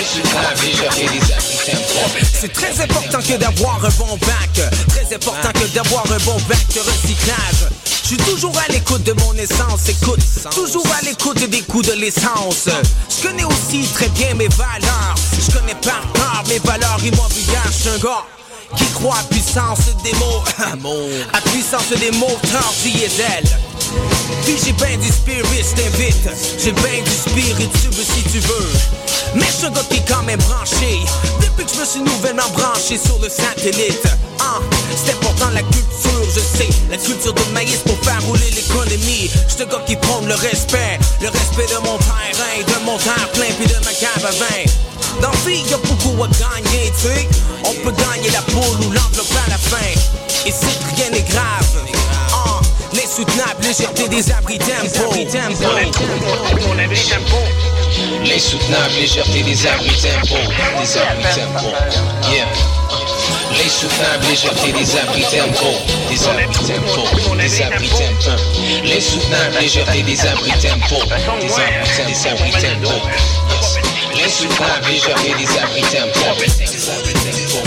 C'est très important que d'avoir un bon bac. Très important que d'avoir un bon bac de recyclage. Je suis toujours à l'écoute de mon essence, écoute. Toujours à l'écoute des coûts de l'essence. Je connais aussi très bien mes valeurs. Je connais par cœur mes valeurs immobilières. Je suis un gars qui croit à puissance des mots. À puissance des moteurs diesel. Puis j'ai ben du spirit, je t'invite. J'ai ben du spiritueux si tu veux. Mais je suis un gars qui est quand même branché. Depuis que je me suis nouvellement branché sur le satellite. C'est important la culture, je sais. La culture de maïs pour faire rouler l'économie. Je suis un gars qui prône le respect. Le respect de mon terrain, de mon terre plein puis de ma cave à vin. Dans la vie, y'a beaucoup à gagner, tu sais. On peut gagner la poule ou l'enveloppe à la fin. Et c'est rien n'est grave. L'insoutenable légèreté des abris tempo. Mon abri tempo. L'insoutenable légèreté des abris tempo. Des abris tempo. Yeah. L'insoutenable légèreté des abris tempo. Des abris tempo. Des abris tempo. L'insoutenable légèreté des abris tempo. Des abris tempo. L'insoutenable légèreté des abris tempo. Des abris tempo.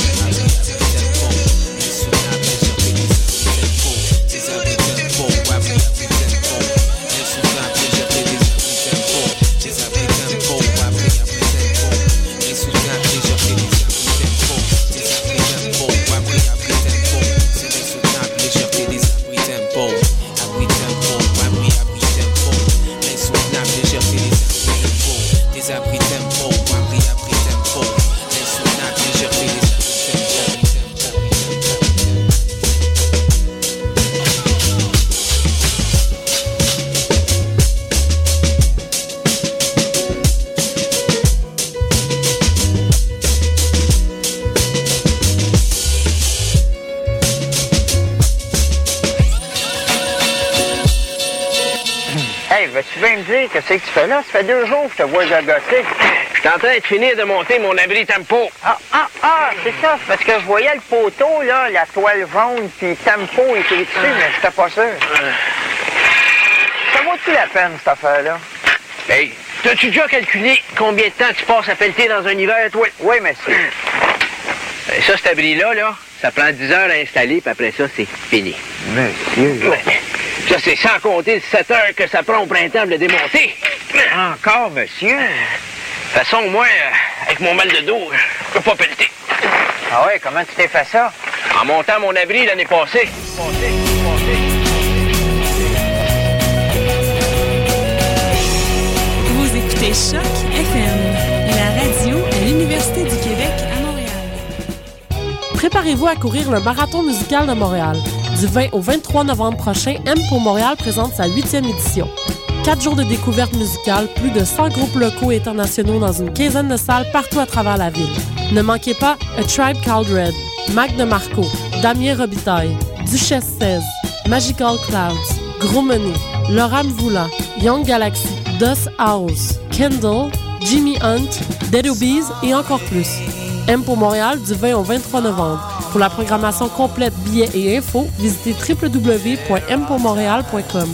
Tu viens me dire qu'est-ce que tu fais là? Ça fait 2 jours que je te vois gagosser. Je suis en train de finir de monter mon abri tempo. C'est ça. Parce que je voyais le poteau, là, la toile jaune, puis tempo écrit dessus, mais j'étais pas sûr. Ça vaut-tu la peine, cette affaire-là? Hey, t'as-tu déjà calculé combien de temps tu passes à pelleter dans un hiver, toi? Oui, monsieur. Ça, cet abri-là, ça prend 10 heures à installer, puis après ça, c'est fini. Monsieur. Ouais. Ça, c'est sans compter les 7 heures que ça prend au printemps de le démonter. Encore, monsieur? De toute façon, moi, avec mon mal de dos, je peux pas pelleter. Ah ouais, comment tu t'es fait ça? En montant mon abri l'année passée. Vous écoutez Choc FM, la radio à l'Université du Québec à Montréal. Préparez-vous à courir le Marathon musical de Montréal. Du 20 au 23 novembre prochain, M pour Montréal présente sa 8e édition. 4 jours de découverte musicale, plus de 100 groupes locaux et internationaux dans une quinzaine de salles partout à travers la ville. Ne manquez pas A Tribe Called Red, Mac DeMarco, Damien Robitaille, Duchesse 16, Magical Clouds, Gros Money, Laura Mvoula, Young Galaxy, Dust House, Kendall, Jimmy Hunt, Dead Obies et encore plus. M pour Montréal du 20 au 23 novembre. Pour la programmation complète, billets et infos, visitez www.mpourmontréal.com.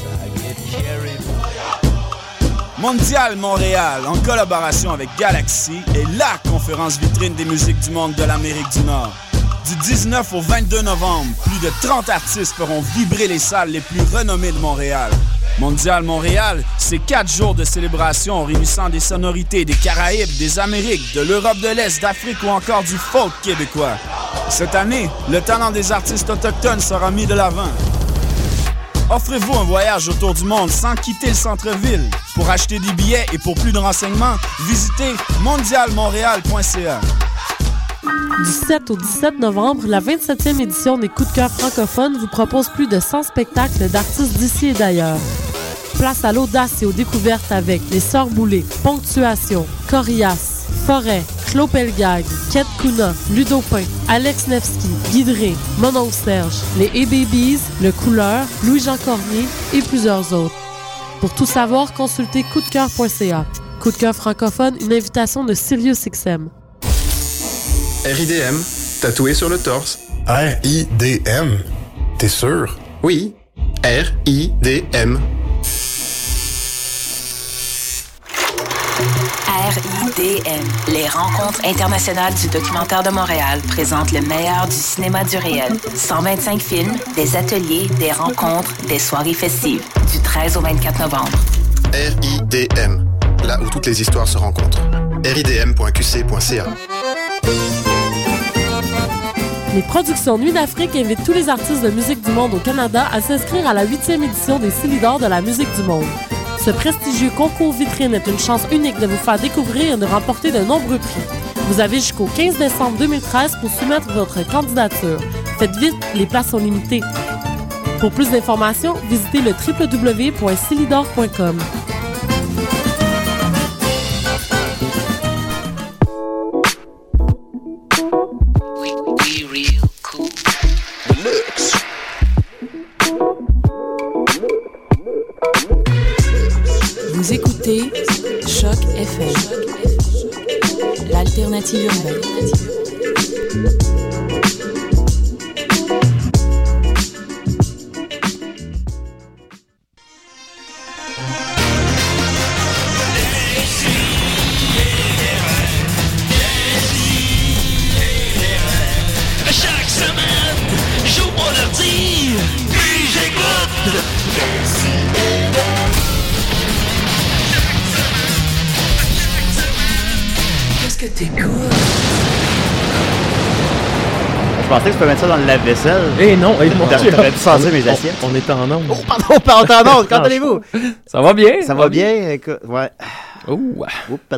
Mondial Montréal, en collaboration avec Galaxy, est la conférence vitrine des musiques du monde de l'Amérique du Nord. Du 19 au 22 novembre, plus de 30 artistes feront vibrer les salles les plus renommées de Montréal. Mondial Montréal, c'est 4 jours de célébration réunissant des sonorités des Caraïbes, des Amériques, de l'Europe de l'Est, d'Afrique ou encore du folk québécois. Cette année, le talent des artistes autochtones sera mis de l'avant. Offrez-vous un voyage autour du monde sans quitter le centre-ville. Pour acheter des billets et pour plus de renseignements, visitez mondialmontréal.ca. Du 7 au 17 novembre, la 27e édition des Coups de cœur francophones vous propose plus de 100 spectacles d'artistes d'ici et d'ailleurs. Place à l'audace et aux découvertes avec Les Sœurs Boulay, Ponctuation, Corias, Forêt, Claude Pelgag, Ked Kuna, Ludo Pain, Alex Nevsky, Guidré, Mononcle Serge, les A-Babies, Le Couleur, Louis-Jean Cormier et plusieurs autres. Pour tout savoir, consultez coupdecoeur.ca. Coup de cœur francophone, une invitation de SiriusXM. RIDM, tatoué sur le torse. RIDM? T'es sûr? Oui, RIDM. RIDM, les Rencontres internationales du documentaire de Montréal, présentent le meilleur du cinéma du réel. 125 films, des ateliers, des rencontres, des soirées festives, du 13 au 24 novembre. RIDM, là où toutes les histoires se rencontrent. ridm.qc.ca. Les productions Nuit d'Afrique invitent tous les artistes de musique du monde au Canada à s'inscrire à la 8e édition des Silidor de la musique du monde. Ce prestigieux concours vitrine est une chance unique de vous faire découvrir et de remporter de nombreux prix. Vous avez jusqu'au 15 décembre 2013 pour soumettre votre candidature. Faites vite, les places sont limitées. Pour plus d'informations, visitez le www.silidor.com. Vous écoutez Choc FM, l'alternative urbaine. Chaque semaine, j'ouvre mon ordi, puis j'écoute. Qu'est-ce que t'écoutes? Je pensais que tu peux mettre ça dans le lave-vaisselle. Eh non, t'aurais dû sentir mes assiettes. On est en onde. Oh, pardon, en onde. Quand allez-vous? Ça va bien? Ça va bien, écoute, ouais. Ouh.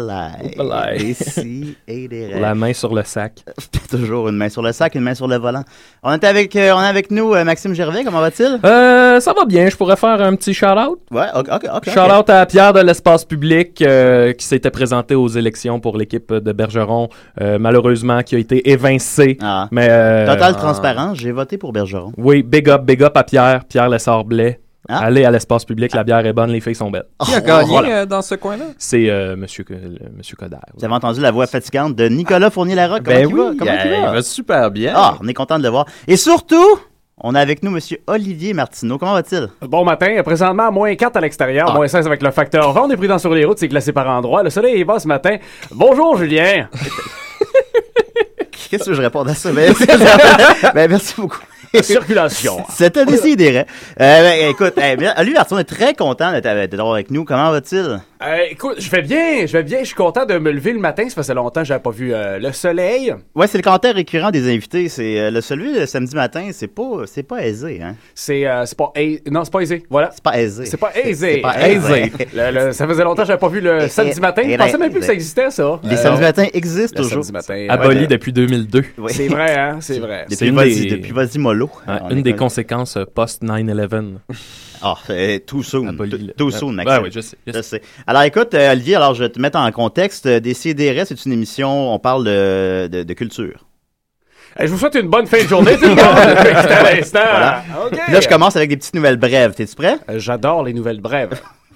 Ici et des rêves. La main sur le sac. Toujours une main sur le sac, une main sur le volant. On est avec nous Maxime Gervais, comment va-t-il? Ça va bien, je pourrais faire un petit shout-out. Ouais, ok. Shout-out à Pierre de l'Espace Public qui s'était présenté aux élections pour l'équipe de Bergeron, malheureusement qui a été évincé. Ah. Mais, Totale transparence, j'ai voté pour Bergeron. Oui, big up à Pierre Lessard-Blais. Ah. Allez à l'espace public, la bière est bonne, les filles sont belles. Qui a gagné dans ce coin-là? C'est Monsieur Coderre. Vous avez entendu la voix fatigante de Nicolas Fournier-Larocque. Comment il va? Il va super bien. Ah, on est content de le voir. Et surtout, on a avec nous Monsieur Olivier Martineau. Comment va-t-il? Bon matin. Présentement, moins 4 à l'extérieur, moins 16 avec le facteur vent. On est prudent sur les routes, c'est glacé par endroits. Le soleil est bas ce matin. Bonjour, Julien. Qu'est-ce que je réponds à ça? Merci beaucoup. Circulation. C'était décidé. Écoute, lui, Martin, on est très content d'être avec nous. Comment va-t-il? Écoute, je vais bien. Je suis content de me lever le matin. Ça faisait longtemps que j'avais pas vu le soleil. Ouais, c'est le commentaire récurrent des invités. C'est le samedi matin, c'est pas aisé, hein? Non, c'est pas aisé. Voilà. C'est pas aisé. C'est pas aisé. Ça faisait longtemps que j'avais pas vu le samedi matin. Je pensais même plus que ça existait, ça. Les samedis matins existent toujours. Aboli depuis 2002. Oui. C'est vrai, hein? C'est vrai. Depuis Vas-y Mollo. Une des conséquences post-9/11. Ah, tout soon. Tout soon, Maxime. Oui, je sais. Alors, écoute, Olivier, je vais te mettre en contexte. Décidérez, c'est une émission, on parle de culture. Je vous souhaite une bonne fin de journée, tout le monde. Voilà. Okay. Puis là, je commence avec des petites nouvelles brèves. T'es-tu prêt? J'adore les nouvelles brèves.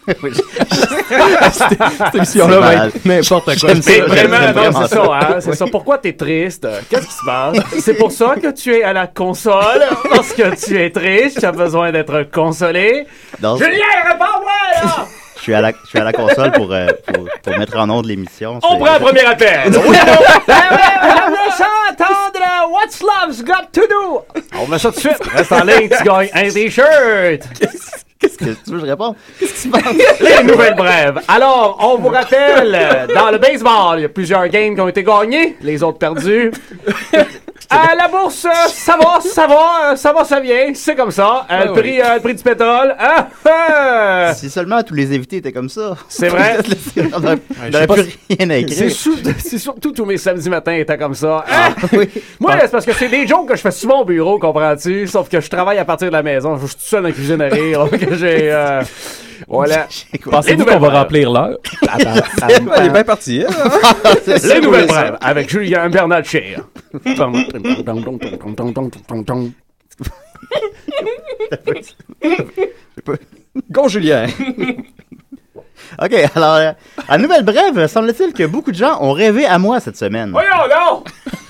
Cette émission-là va être n'importe quoi. Vraiment, c'est ça, hein? C'est ça. Pourquoi t'es triste? Qu'est-ce qui se passe? C'est pour ça que tu es à la console? Parce que tu es triste, tu as besoin d'être consolé? Julien, réponds-moi, là! Je suis à la console pour mettre en onde l'émission. On prend un premier appel. J'aimerais ça entendre What's Love's Got to Do? On met ça tout de suite. Reste en ligne, tu gagnes un t-shirt. Qu'est-ce que tu veux que je réponde? Qu'est-ce qui se passe? Les nouvelles brèves. Alors, on vous rappelle, dans le baseball, il y a plusieurs games qui ont été gagnés, les autres perdus. À la bourse, ça va, ça vient, c'est comme ça. Le prix du pétrole. Si seulement tous les invités étaient comme ça. C'est vrai. On n'aurait plus rien à écrire. C'est surtout tous mes samedis matins étaient comme ça. Oui. Moi, c'est parce que c'est des jokes que je fais souvent au bureau, comprends-tu? Sauf que je travaille à partir de la maison. Je suis tout seul dans la cuisine à rire. Que j'ai... Voilà. Pensez-vous qu'on va remplir l'heure? Elle est bien partie. Les nouvelles brèves avec Julien Bernatchez. Go, Julien! OK, alors, à nouvelle brève, semble-t-il que beaucoup de gens ont rêvé à moi cette semaine. Voyons, non!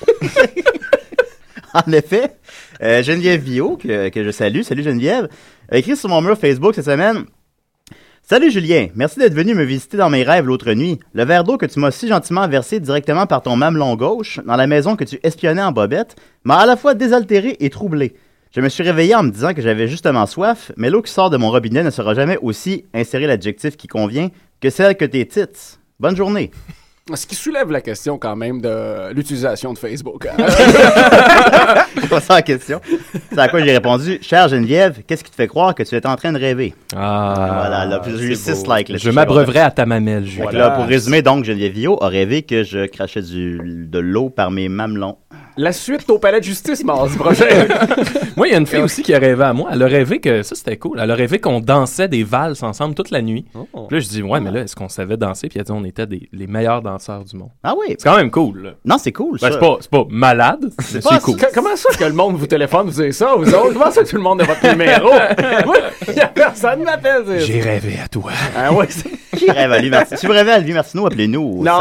En effet, Geneviève Viau, que je salue, salut Geneviève, a écrit sur mon mur Facebook cette semaine: Salut Julien, merci d'être venu me visiter dans mes rêves l'autre nuit. Le verre d'eau que tu m'as si gentiment versé directement par ton mamelon gauche dans la maison que tu espionnais en bobette m'a à la fois désaltéré et troublé. Je me suis réveillé en me disant que j'avais justement soif, mais l'eau qui sort de mon robinet ne sera jamais aussi, insérer l'adjectif qui convient, que celle que tes tits. Bonne journée. Ce qui soulève la question quand même de l'utilisation de Facebook. Hein? C'est pas ça la question. C'est à quoi j'ai répondu. Chère Geneviève, qu'est-ce qui te fait croire que tu es en train de rêver? Voilà, là, j'ai eu 6 likes. Je m'abreuverai à ta mamelle, Julien. Voilà. Pour résumer, donc, Geneviève Villot a rêvé que je crachais de l'eau par mes mamelons. La suite au palais de justice mardi prochain. Moi, il y a une fille aussi qui a rêvé à moi. Elle a rêvé que, ça c'était cool, elle a rêvé qu'on dansait des valses ensemble toute la nuit. Puis là, je dis, ouais, mais là, est-ce qu'on savait danser? Puis elle dit, on était les meilleurs danseurs du monde. Ah oui? C'est quand même cool, là. Non, c'est cool, ben, ça. c'est pas malade, c'est cool. Comment ça que le monde vous téléphone, vous dites ça, vous autres? Comment ça que tout le monde a votre numéro? Il y a personne qui m'appelle. J'ai rêvé à toi. Ah ouais, Qui rêve à lui, Martineau? Si vous rêvez à lui, Martineau, appelez-nous au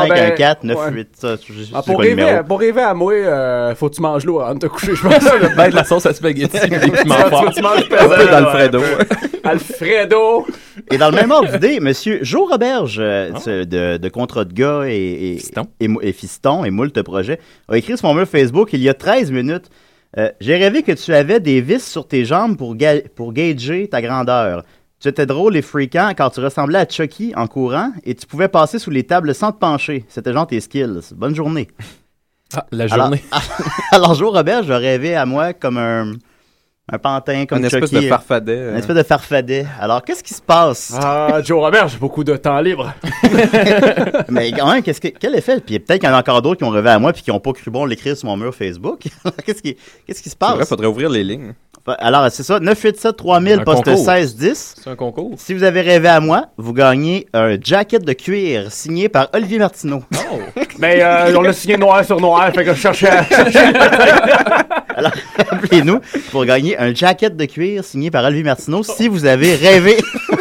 514-98. Pour rêver à moi, faut que tu manges l'eau avant de te coucher, je pense. Ben de la sauce à spaghetti et des piments forts. Tu manges un peu d'Alfredo. Alfredo. Et dans le même ordre d'idée, monsieur Jo Roberge, de Contrat de gars et Fiston et moult projets, a écrit sur mon mur Facebook il y a 13 minutes. J'ai rêvé que tu avais des vis sur tes jambes pour gager ta grandeur. Tu étais drôle et fréquent car tu ressemblais à Chucky en courant et tu pouvais passer sous les tables sans te pencher. C'était genre tes skills. Bonne journée. Ah, la journée. Alors Jo Robert, je rêvais à moi comme un pantin, comme Chucky. Une espèce de farfadet. Une espèce de farfadet. Alors, qu'est-ce qui se passe? Ah, Joe Robert, j'ai beaucoup de temps libre. Mais quand même, quel effet? Puis peut-être qu'il y en a encore d'autres qui ont rêvé à moi puis qui n'ont pas cru bon l'écrire sur mon mur Facebook. Qu'est-ce qui se passe? C'est vrai, faudrait ouvrir les lignes. Alors, c'est ça, 987-3000, poste 1610. C'est un concours. Si vous avez rêvé à moi, vous gagnez un jacket de cuir signé par Olivier Martineau. Oh! Mais on l'a signé noir sur noir, fait que je cherchais... Alors, appelez-nous pour gagner un jacket de cuir signé par Olivier Martineau si vous avez rêvé...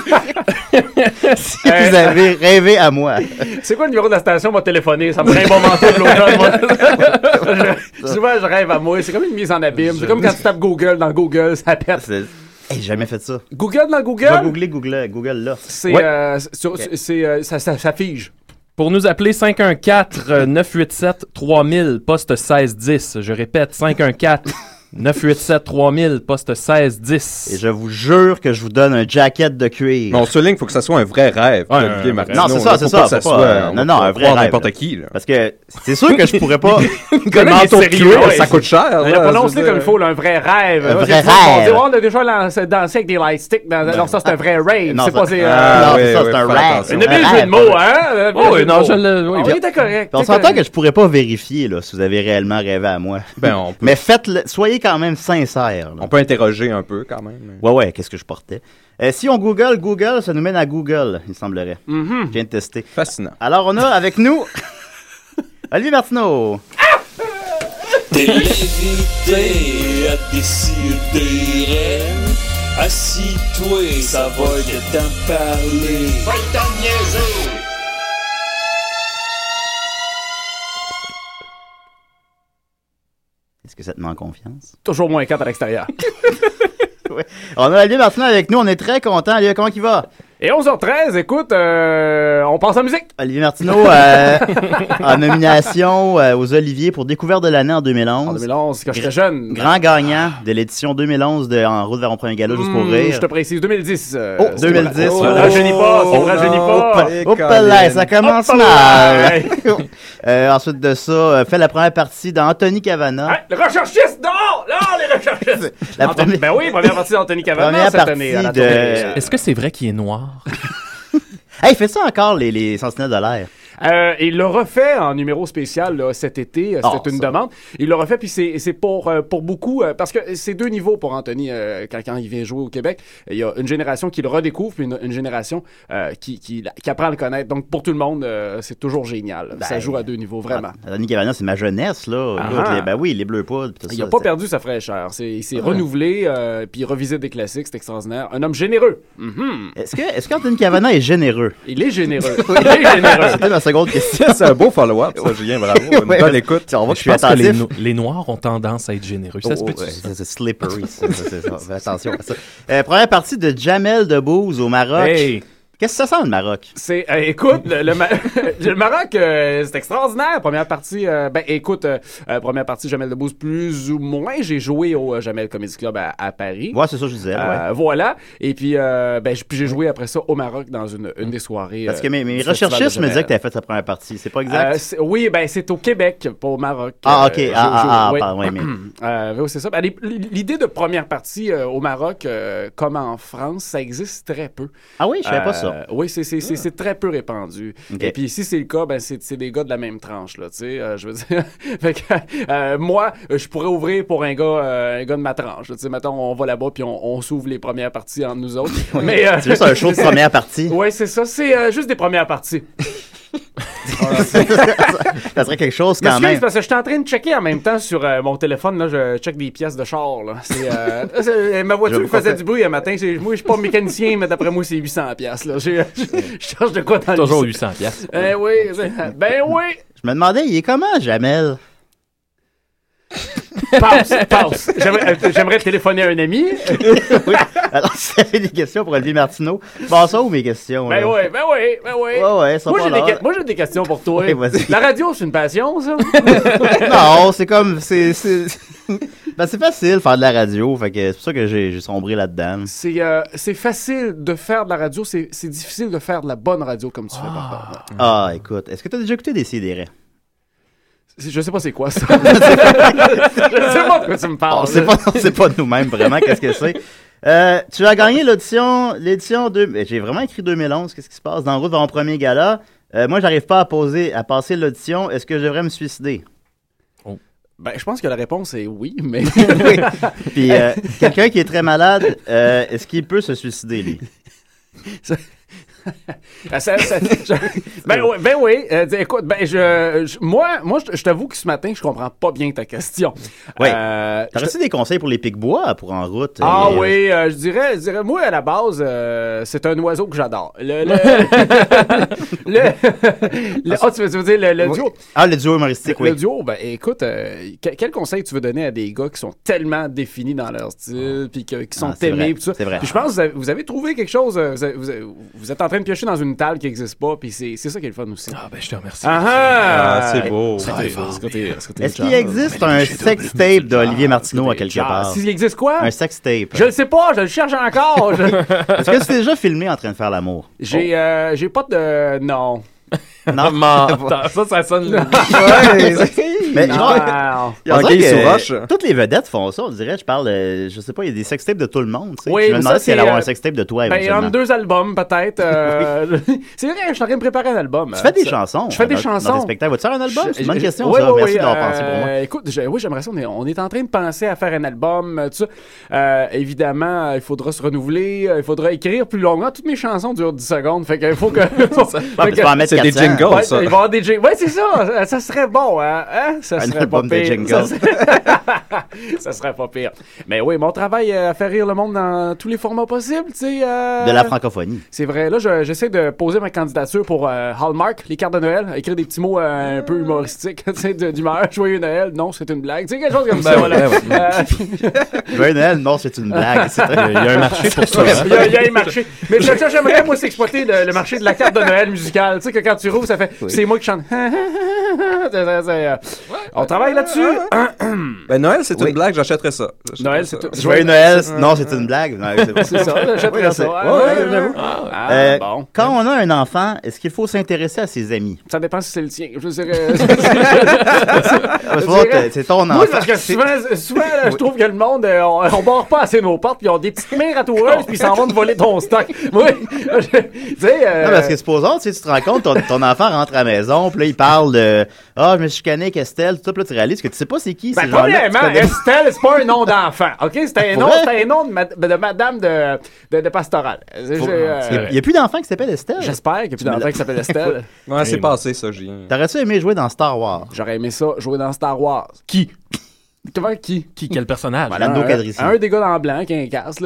si vous avez rêvé à moi. C'est quoi le numéro de la station? M'a téléphoné. Ça me ferait un bon manteau de l'automne, moi. Souvent, je rêve à moi. C'est comme une mise en abîme. C'est comme quand tu tapes Google dans Google, ça pète. J'ai jamais fait ça. Google dans Google? Je vais googler Google là. C'est, ça fige. Pour nous appeler 514-987-3000, poste 1610. Je répète, 514-987-3000, poste 1610. Et je vous jure que je vous donne un jacket de cuir. Mais on souligne qu'il faut que ça soit un vrai rêve. Olivier Martineau. Non, c'est ça, c'est ça. Non, un vrai rêve. N'importe qui. Là. Parce que c'est sûr que je pourrais pas... Un manteau de cuir, ça coûte cher. Il a prononcé comme il faut, un vrai rêve. Un vrai rêve. On a déjà dansé avec des lightsticks. Alors ça, c'est un vrai rave. Non, c'est pas... Non, c'est ça, c'est un rêve. Il y a un jeu de mots, hein? Oui, non, je l'ai... On était correct. On s'entend que je pourrais pas vérifier là, si vous avez réellement rêvé à moi. Mais faites-le, soyez quand même sincères. On peut interroger un peu quand même. Ouais, qu'est-ce que je portais? Si on Google, ça nous mène à Google, il semblerait. Je viens de tester. Fascinant. Alors, on a avec nous Olivier Martineau. T'es l'invité à décider. Assis-toi, ça va de t'en parler. Va t'en niaiser. Est-ce que ça te met en confiance? Toujours moins 4 à l'extérieur. Ouais. On a Olivier Martineau avec nous, on est très content. Olivier, comment il va? Et 11h13, écoute, on passe à la musique. Olivier Martineau en nomination aux Oliviers pour Découverte de l'année en 2011. En 2011, quand j'étais jeune. Grand gagnant de l'édition 2011 de En route vers mon premier gala, juste pour rire. Je te précise, 2010. 2010. On ne rajeunit pas, on ne rajeunit pas. Hop là, ça commence mal. Ensuite de ça, fait la première partie d'Anthony Cavana. Hey, le recherchiste, non, les recherchistes. Ben oui, première partie d'Anthony Cavana cette année. Est-ce que c'est vrai qu'il est noir? Hey, il fait ça encore, les Sentinelles de l'air. Il l'a refait en numéro spécial là, cet été. C'était une demande. Il l'a refait, puis c'est pour beaucoup, parce que c'est deux niveaux pour Anthony quand il vient jouer au Québec. Il y a une génération qui le redécouvre, puis une génération qui apprend à le connaître. Donc, pour tout le monde, c'est toujours génial. Ça joue à deux niveaux, vraiment. Anthony Cavana, c'est ma jeunesse, là. Les Bleus Poudres. Il n'a pas perdu sa fraîcheur. Il s'est renouvelé, puis il revisite des classiques. C'est extraordinaire. Un homme généreux. Est-ce qu'Anthony Cavana est généreux? Il est généreux. Il est généreux. C'était ma seconde question. C'est un beau follow-up, ça, Julien, bravo. Une bonne écoute. Je pense que les Noirs ont tendance à être généreux. Ça se peut. C'est slippery, ça. Fais attention à ça. Première partie de Jamel Debbouze au Maroc. Hey. Qu'est-ce que ça sent, le Maroc? C'est, écoute, le Maroc, c'est extraordinaire. Première partie, première partie Jamel Debbouze, plus ou moins. J'ai joué au Jamel Comedy Club à Paris. Ouais, c'est ça que je disais. Voilà. Et puis, j'ai joué après ça au Maroc dans une des soirées. Parce que mes recherchistes me disaient que tu avais fait sa première partie. C'est pas exact? Oui, c'est au Québec, pas au Maroc. Ah, OK. Oui, c'est ça. L'idée de première partie au Maroc, comme en France, ça existe très peu. Ah oui, je savais pas ça. Oui, c'est très peu répandu. Okay. Et puis si c'est le cas, c'est des gars de la même tranche, là, tu sais, je veux dire. Fait que, moi, je pourrais ouvrir pour un gars de ma tranche. Tu sais, mettons, on va là-bas puis on s'ouvre les premières parties entre nous autres. Mais c'est juste un show de première partie. Oui, c'est ça. C'est juste des premières parties. Ça serait quelque chose quand même. Parce que je suis en train de checker en même temps sur mon téléphone, là, je check des pièces de char. Là. Ma voiture faisait du bruit un matin. Moi, je suis pas mécanicien, mais d'après moi, c'est 800$. Là. Je cherche de quoi dans toujours 800$. Oui. Ben oui. Je me demandais, il est comment, Jamel? Passe. J'aimerais téléphoner à un ami. Oui. Alors, si tu avais des questions pour Olivier Martineau, bon, ça ou mes questions? Ben oui. Ouais, ça moi, j'ai des questions pour toi. Oui, vas-y. La radio, c'est une passion, ça? Non, c'est comme... c'est facile de faire de la radio, fait que c'est pour ça que j'ai sombré là-dedans. C'est facile de faire de la radio, c'est difficile de faire de la bonne radio comme tu fais, par contre. Ah, écoute, est-ce que tu as déjà écouté des CDR? Je sais pas c'est quoi ça. Je sais pas de quoi tu me parles. On sait pas de nous-mêmes vraiment qu'est-ce que c'est. Tu as gagné l'édition 2... J'ai vraiment écrit 2011, qu'est-ce qui se passe? Dans route vers mon premier gala. Moi, j'arrive pas à passer l'audition. Est-ce que je devrais me suicider? Ben, je pense que la réponse est oui, mais... Oui. Puis, quelqu'un qui est très malade, est-ce qu'il peut se suicider, lui? Ben oui. Écoute, moi, je t'avoue que ce matin, je comprends pas bien ta question. Oui. T'aurais-tu des conseils pour les pics-bois pour en route? Oui, je dirais, moi, à la base, c'est un oiseau que j'adore. Tu veux dire le duo? Ah, le duo humoristique, oui. Le duo, ben écoute, quel conseil tu veux donner à des gars qui sont tellement définis dans leur style, puis qui sont aimés, tout ça? C'est vrai. Puis je pense que vous avez trouvé quelque chose, vous êtes en train de piocher dans une table qui n'existe pas, puis c'est ça qui est le fun aussi. Ah, ben je te remercie. C'est beau. Est-ce qu'il existe un sextape d'Olivier Martineau à quelque part? S'il existe quoi? Un sextape. Je le sais pas, je le cherche encore. Est-ce que tu t'es déjà filmé en train de faire l'amour? J'ai pas de... Non. Non, ça sonne. Mais genre, toutes les vedettes font ça, on dirait. Je parle, je sais pas, il y a des sextapes de tout le monde. Tu sais. Oui, je me demandais s'il allait avoir un sextape de toi. En 2 albums, peut-être. C'est vrai, je suis en train de préparer un album. Tu fais des chansons. Je fais des chansons. Dans des spectacles. Vas-tu faire un album? C'est une bonne question. Oui, Merci d'avoir pensé pour moi. Écoute, oui, j'aimerais ça. On est en train de penser à faire un album. Tout ça. Évidemment, il faudra se renouveler. Il faudra écrire plus longuement. Toutes mes chansons durent 10 secondes. Fait qu'il faut que. Tu vas en mettre des jingles, ça. Il va y avoir des jingles. Oui, c'est ça. Ça serait bon, hein? Ça serait pas pire. Ça serait pas pire. Mais oui, mon travail à faire rire le monde dans tous les formats possibles, tu sais. De la francophonie. C'est vrai. Là, j'essaie de poser ma candidature pour Hallmark, les cartes de Noël, écrire des petits mots un peu humoristiques, tu sais, d'humeur. Joyeux Noël, non, c'est une blague. Tu sais, quelque chose comme ça, voilà. Joyeux Noël, non, c'est une blague. Il y a un marché pour ça. Il y a un marché. Mais j'aimerais, moi, s'exploiter le marché de la carte de Noël musicale. Tu sais, que quand tu rouvres, ça fait. C'est moi qui chante. On travaille là-dessus. Ben Noël, c'est une blague, j'achèterais ça. Noël, c'est tout. Joyeux Noël, non, c'est une blague. C'est ça, j'achèterais ça. Bon. Quand on a un enfant, est-ce qu'il faut s'intéresser à ses amis? Ça dépend si c'est le tien. Je dirais. C'est ton enfant. Oui, parce que souvent je trouve que le monde, on barre pas assez nos portes, puis ils ont des petites mères ratoureuses, puis ils s'en vont te voler ton stock. Oui. Non, parce que supposons, tu te rends compte, ton enfant rentre à la maison, puis là, il parle de « Ah, je me suis chicané avec Estelle », tout ça, puis là, tu réalises que tu sais pas c'est qui. Premièrement, Estelle, c'est pas un nom d'enfant, OK? C'était un nom de madame de pastorale. Il n'y a plus d'enfant qui s'appelle Estelle? J'espère qu'il n'y a plus d'enfant qui s'appelle Estelle. Ouais, c'est passé, ça, Julien. T'aurais-tu aimé jouer dans Star Wars? J'aurais aimé ça, jouer dans Star Wars. Qui? Comment qui? Quel personnage? Lando Calrissian. Un des gars dans le blanc qui a un casque, là.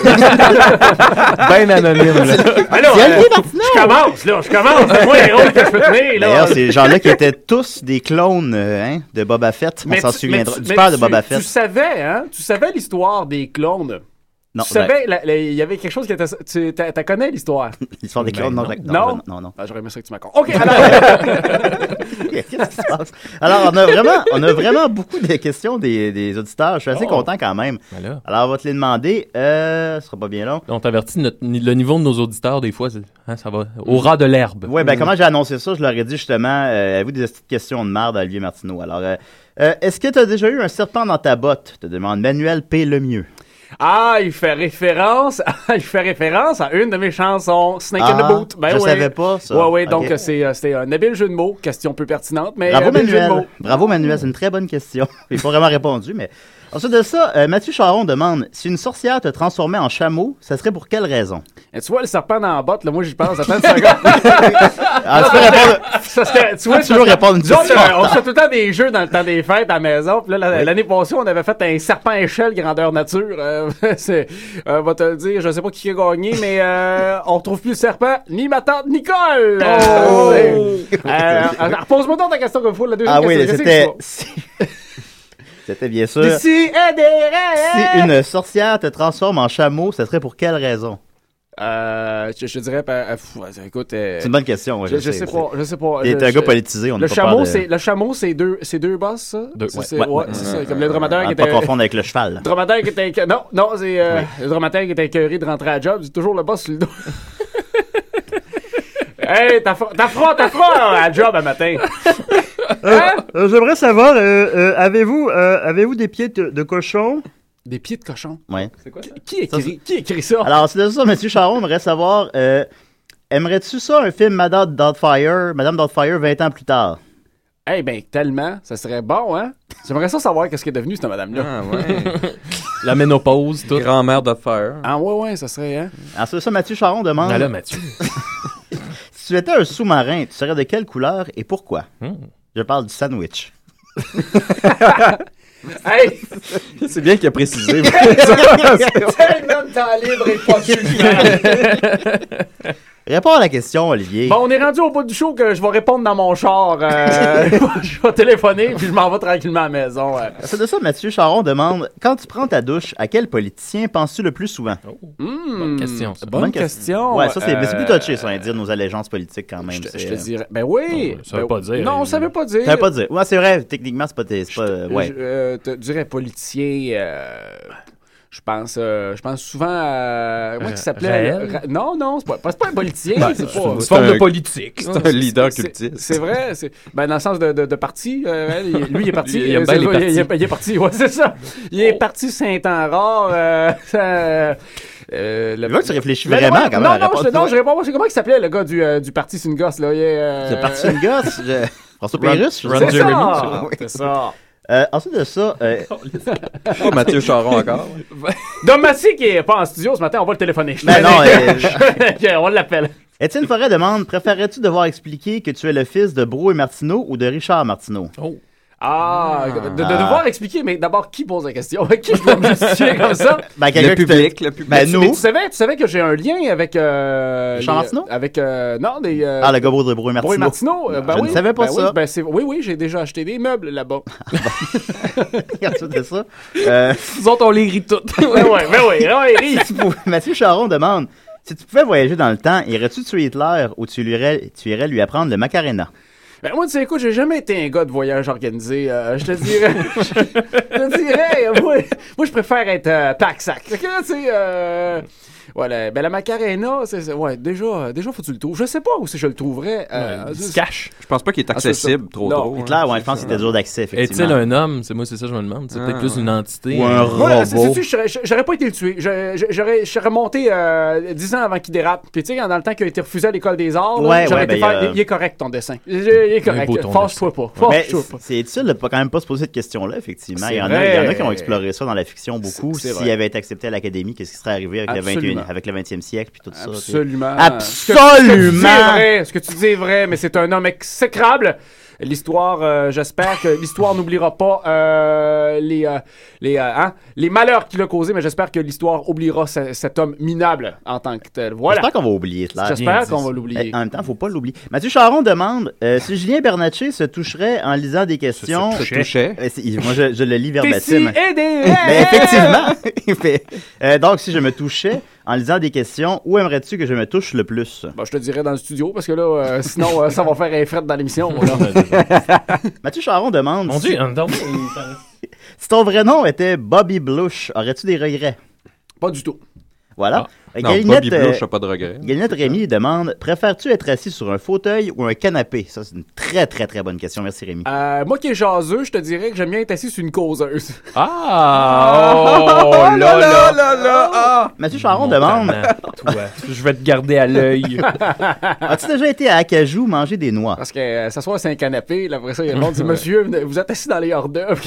Ben anonyme, là. Je commence. C'est moi les rôles que je peux tenir, là. D'ailleurs, ces gens-là qui étaient tous des clones de Boba Fett. On s'en souviendra. Du père de Boba Fett. Tu savais l'histoire des clones Non, tu savais, il y avait quelque chose qui était... Tu connais l'histoire? L'histoire des clones? Non. Non. Ah, j'aurais aimé ça que tu m'accordes. OK, alors... Qu'est-ce qui se passe? Alors, on a vraiment beaucoup de questions des auditeurs. Je suis assez content quand même. Voilà. Alors, on va te les demander. Ce sera pas bien long. On t'avertit, le niveau de nos auditeurs, des fois, ça va au ras de l'herbe. Oui, comment j'ai annoncé ça? Je leur ai dit justement, avez-vous des petites questions de marde à Olivier Martineau? Alors, est-ce que tu as déjà eu un serpent dans ta botte? Te demande Manuel P. Lemieux. Ah, il fait référence à une de mes chansons, Snake in the Boot. Ben, je savais pas ça. Oui, donc c'était un habile jeu de mots, question peu pertinente, mais Bravo habile jeu de Manuel. mots. Bravo Manuel, c'est une très bonne question. Il n'a pas vraiment répondu, mais... Ensuite de ça, Mathieu Charon demande, si une sorcière te transformait en chameau, ça serait pour quelle raison? Et tu vois le serpent dans la botte, là, moi j'y pense, attends une seconde. Tu peux répondre... Tu vois, toujours répondre une question. On fait tout le temps des jeux dans le temps des fêtes à la maison, puis là, l'année passée, on avait fait un serpent échelle grandeur nature. On va te le dire, je sais pas qui a gagné, mais on retrouve plus le serpent, ni ma tante Nicole! Repose-moi donc ta question comme il faut, la deuxième question. C'était bien sûr. Si une sorcière te transforme en chameau, ça serait pour quelle raison? Je dirais, écoute... c'est une bonne question, je sais pas. T'es un gars politisé, on ne peut pas Le chameau, c'est deux bosses, ça? C'est ça, comme le dromadaire qui était... Pas confondre avec le cheval. Le dromadaire qui était... Non, c'est le dromadaire qui était écœuré de rentrer à la job, c'est toujours le boss sur le dos. Hey, t'as froid à la job un matin. J'aimerais savoir, avez-vous des pieds de cochon? Des pieds de cochon? Oui. C'est quoi? Qui écrit ça? Alors, c'est de ça, M. Charon aimerait savoir, aimerais-tu ça, un film Madame Doubtfire 20 ans plus tard? Eh bien, tellement, ça serait bon, hein? J'aimerais ça savoir qu'est-ce qui est devenu, cette madame-là. Ah, ouais. La ménopause, tout. Grand-mère de fer. Ah, ouais, ça serait, hein? Alors, c'est ça, Mathieu Charon demande... Ah là, Mathieu. Si tu étais un sous-marin, tu serais de quelle couleur et pourquoi? Je parle du sandwich. Hey! C'est bien qu'il a précisé. Tellement de temps libre et pas de Réponds à la question, Olivier. Bon, on est rendu au bout du show que je vais répondre dans mon char. Je vais téléphoner puis je m'en vais tranquillement à la maison. C'est de ça, Mathieu Charon demande, quand tu prends ta douche, à quel politicien penses-tu le plus souvent? Bonne question, ça. Bonne question. Ouais, ça, c'est plus touché, ça, dire nos allégeances politiques quand même. Je te dirais. Ben oui. Ça veut pas dire. Non, ça veut pas dire. Ça veut pas dire. Ouais, c'est vrai, techniquement, c'est pas. Ouais. Je te dirais politicien. Je pense souvent à... Comment il s'appelait? Non, c'est pas un politicien. C'est pas une forme de politique. C'est un leader cultiste. C'est vrai. Dans le sens de parti. Lui, il est parti. Il aime bien les partis. Il est parti, ouais, c'est ça. Il est parti Saint-Henrard. Le gars, tu réfléchis vraiment quand même. Non, je réponds pas. C'est comment il s'appelait, le gars du parti C'est une gosse, là? Le parti C'est une gosse? François Pérusse? C'est ça. Ensuite de ça... Mathieu Charon encore. Dom Massy qui est pas en studio ce matin, on va le téléphoner. Ben non, on l'appelle. Étienne Forêt demande, préférerais-tu devoir expliquer que tu es le fils de Bro et Martineau ou de Richard Martineau? De devoir expliquer, mais d'abord, qui pose la question? Qui je dois me justifier comme ça? Le public. Ben, nous. Mais tu savais que j'ai un lien avec... Richard Martineau? Avec... non, des... le gars de Bro et Martineau. Bro et Martineau, je ne savais pas ça. Oui, j'ai déjà acheté des meubles là-bas. Ensuite de ça... Nous autres, on les rit toutes. oui. Mathieu Charon demande, si tu pouvais voyager dans le temps, irais-tu tuer Hitler ou tu irais lui apprendre le Macarena? Ben moi, tu sais, écoute, j'ai jamais été un gars de voyage organisé. Je te dirais... moi, je préfère être pack-sac. Tu sais... Voilà, ben la Macarena, déjà faut que tu le trouves. Je sais pas où je le trouverais. Il se cache. Je pense pas qu'il est accessible trop. Hitler, je pense qu'il était dur d'accès, effectivement. Est-il un homme? C'est ça que je me demande. C'est peut-être plus une entité. Ou un robot. J'aurais pas été le tuer. Je serais monté 10 ans avant qu'il dérape. Puis tu sais, dans le temps qu'il a été refusé à l'école des arts, j'aurais été faire... Il est correct, ton dessin. Il est correct. Fâche-toi pas. C'est utile de quand même pas se poser cette question-là, effectivement. Il y en a qui ont exploré ça dans la fiction beaucoup. S'il avait été accepté à l'Académie, qu'est-ce qui serait arrivé avec le 20e siècle puis tout ça. Absolument. Absolument! Ce que tu dis est vrai, mais c'est un homme exécrable. L'histoire, j'espère que l'histoire n'oubliera pas les malheurs qu'il a causés, mais j'espère que l'histoire oubliera cet homme minable en tant que tel. Voilà. J'espère qu'on va oublier cela. J'espère qu'on va l'oublier. En même temps, il ne faut pas l'oublier. Mathieu Charon demande si Julien Bernatchez se toucherait en lisant des questions. Se touchait. Moi, je le lis verbatim. Mais effectivement. Donc, si je me touchais en lisant des questions, où aimerais-tu que je me touche le plus? Bon, je te dirais dans le studio, parce que là, sinon, ça va faire un fret dans l'émission. Mathieu Charon demande... Mon Dieu, si ton vrai nom était Bobby Blouch, aurais-tu des regrets? Pas du tout. Voilà. Non, Bobby Blouch n'a pas de regrets. Galinette Rémy demande, préfères-tu être assis sur un fauteuil ou un canapé? Ça, c'est une très, très, très bonne question. Merci, Rémy. Moi qui est jaseux, je te dirais que j'aime bien être assis sur une causeuse. Mathieu Charon demande... Toi, je vais te garder à l'œil. As-tu déjà été à Acajou manger des noix? Parce que s'asseoir sur un canapé, là, après ça, il y a le monde dit, monsieur, vous êtes assis dans les hors-d'œuvre.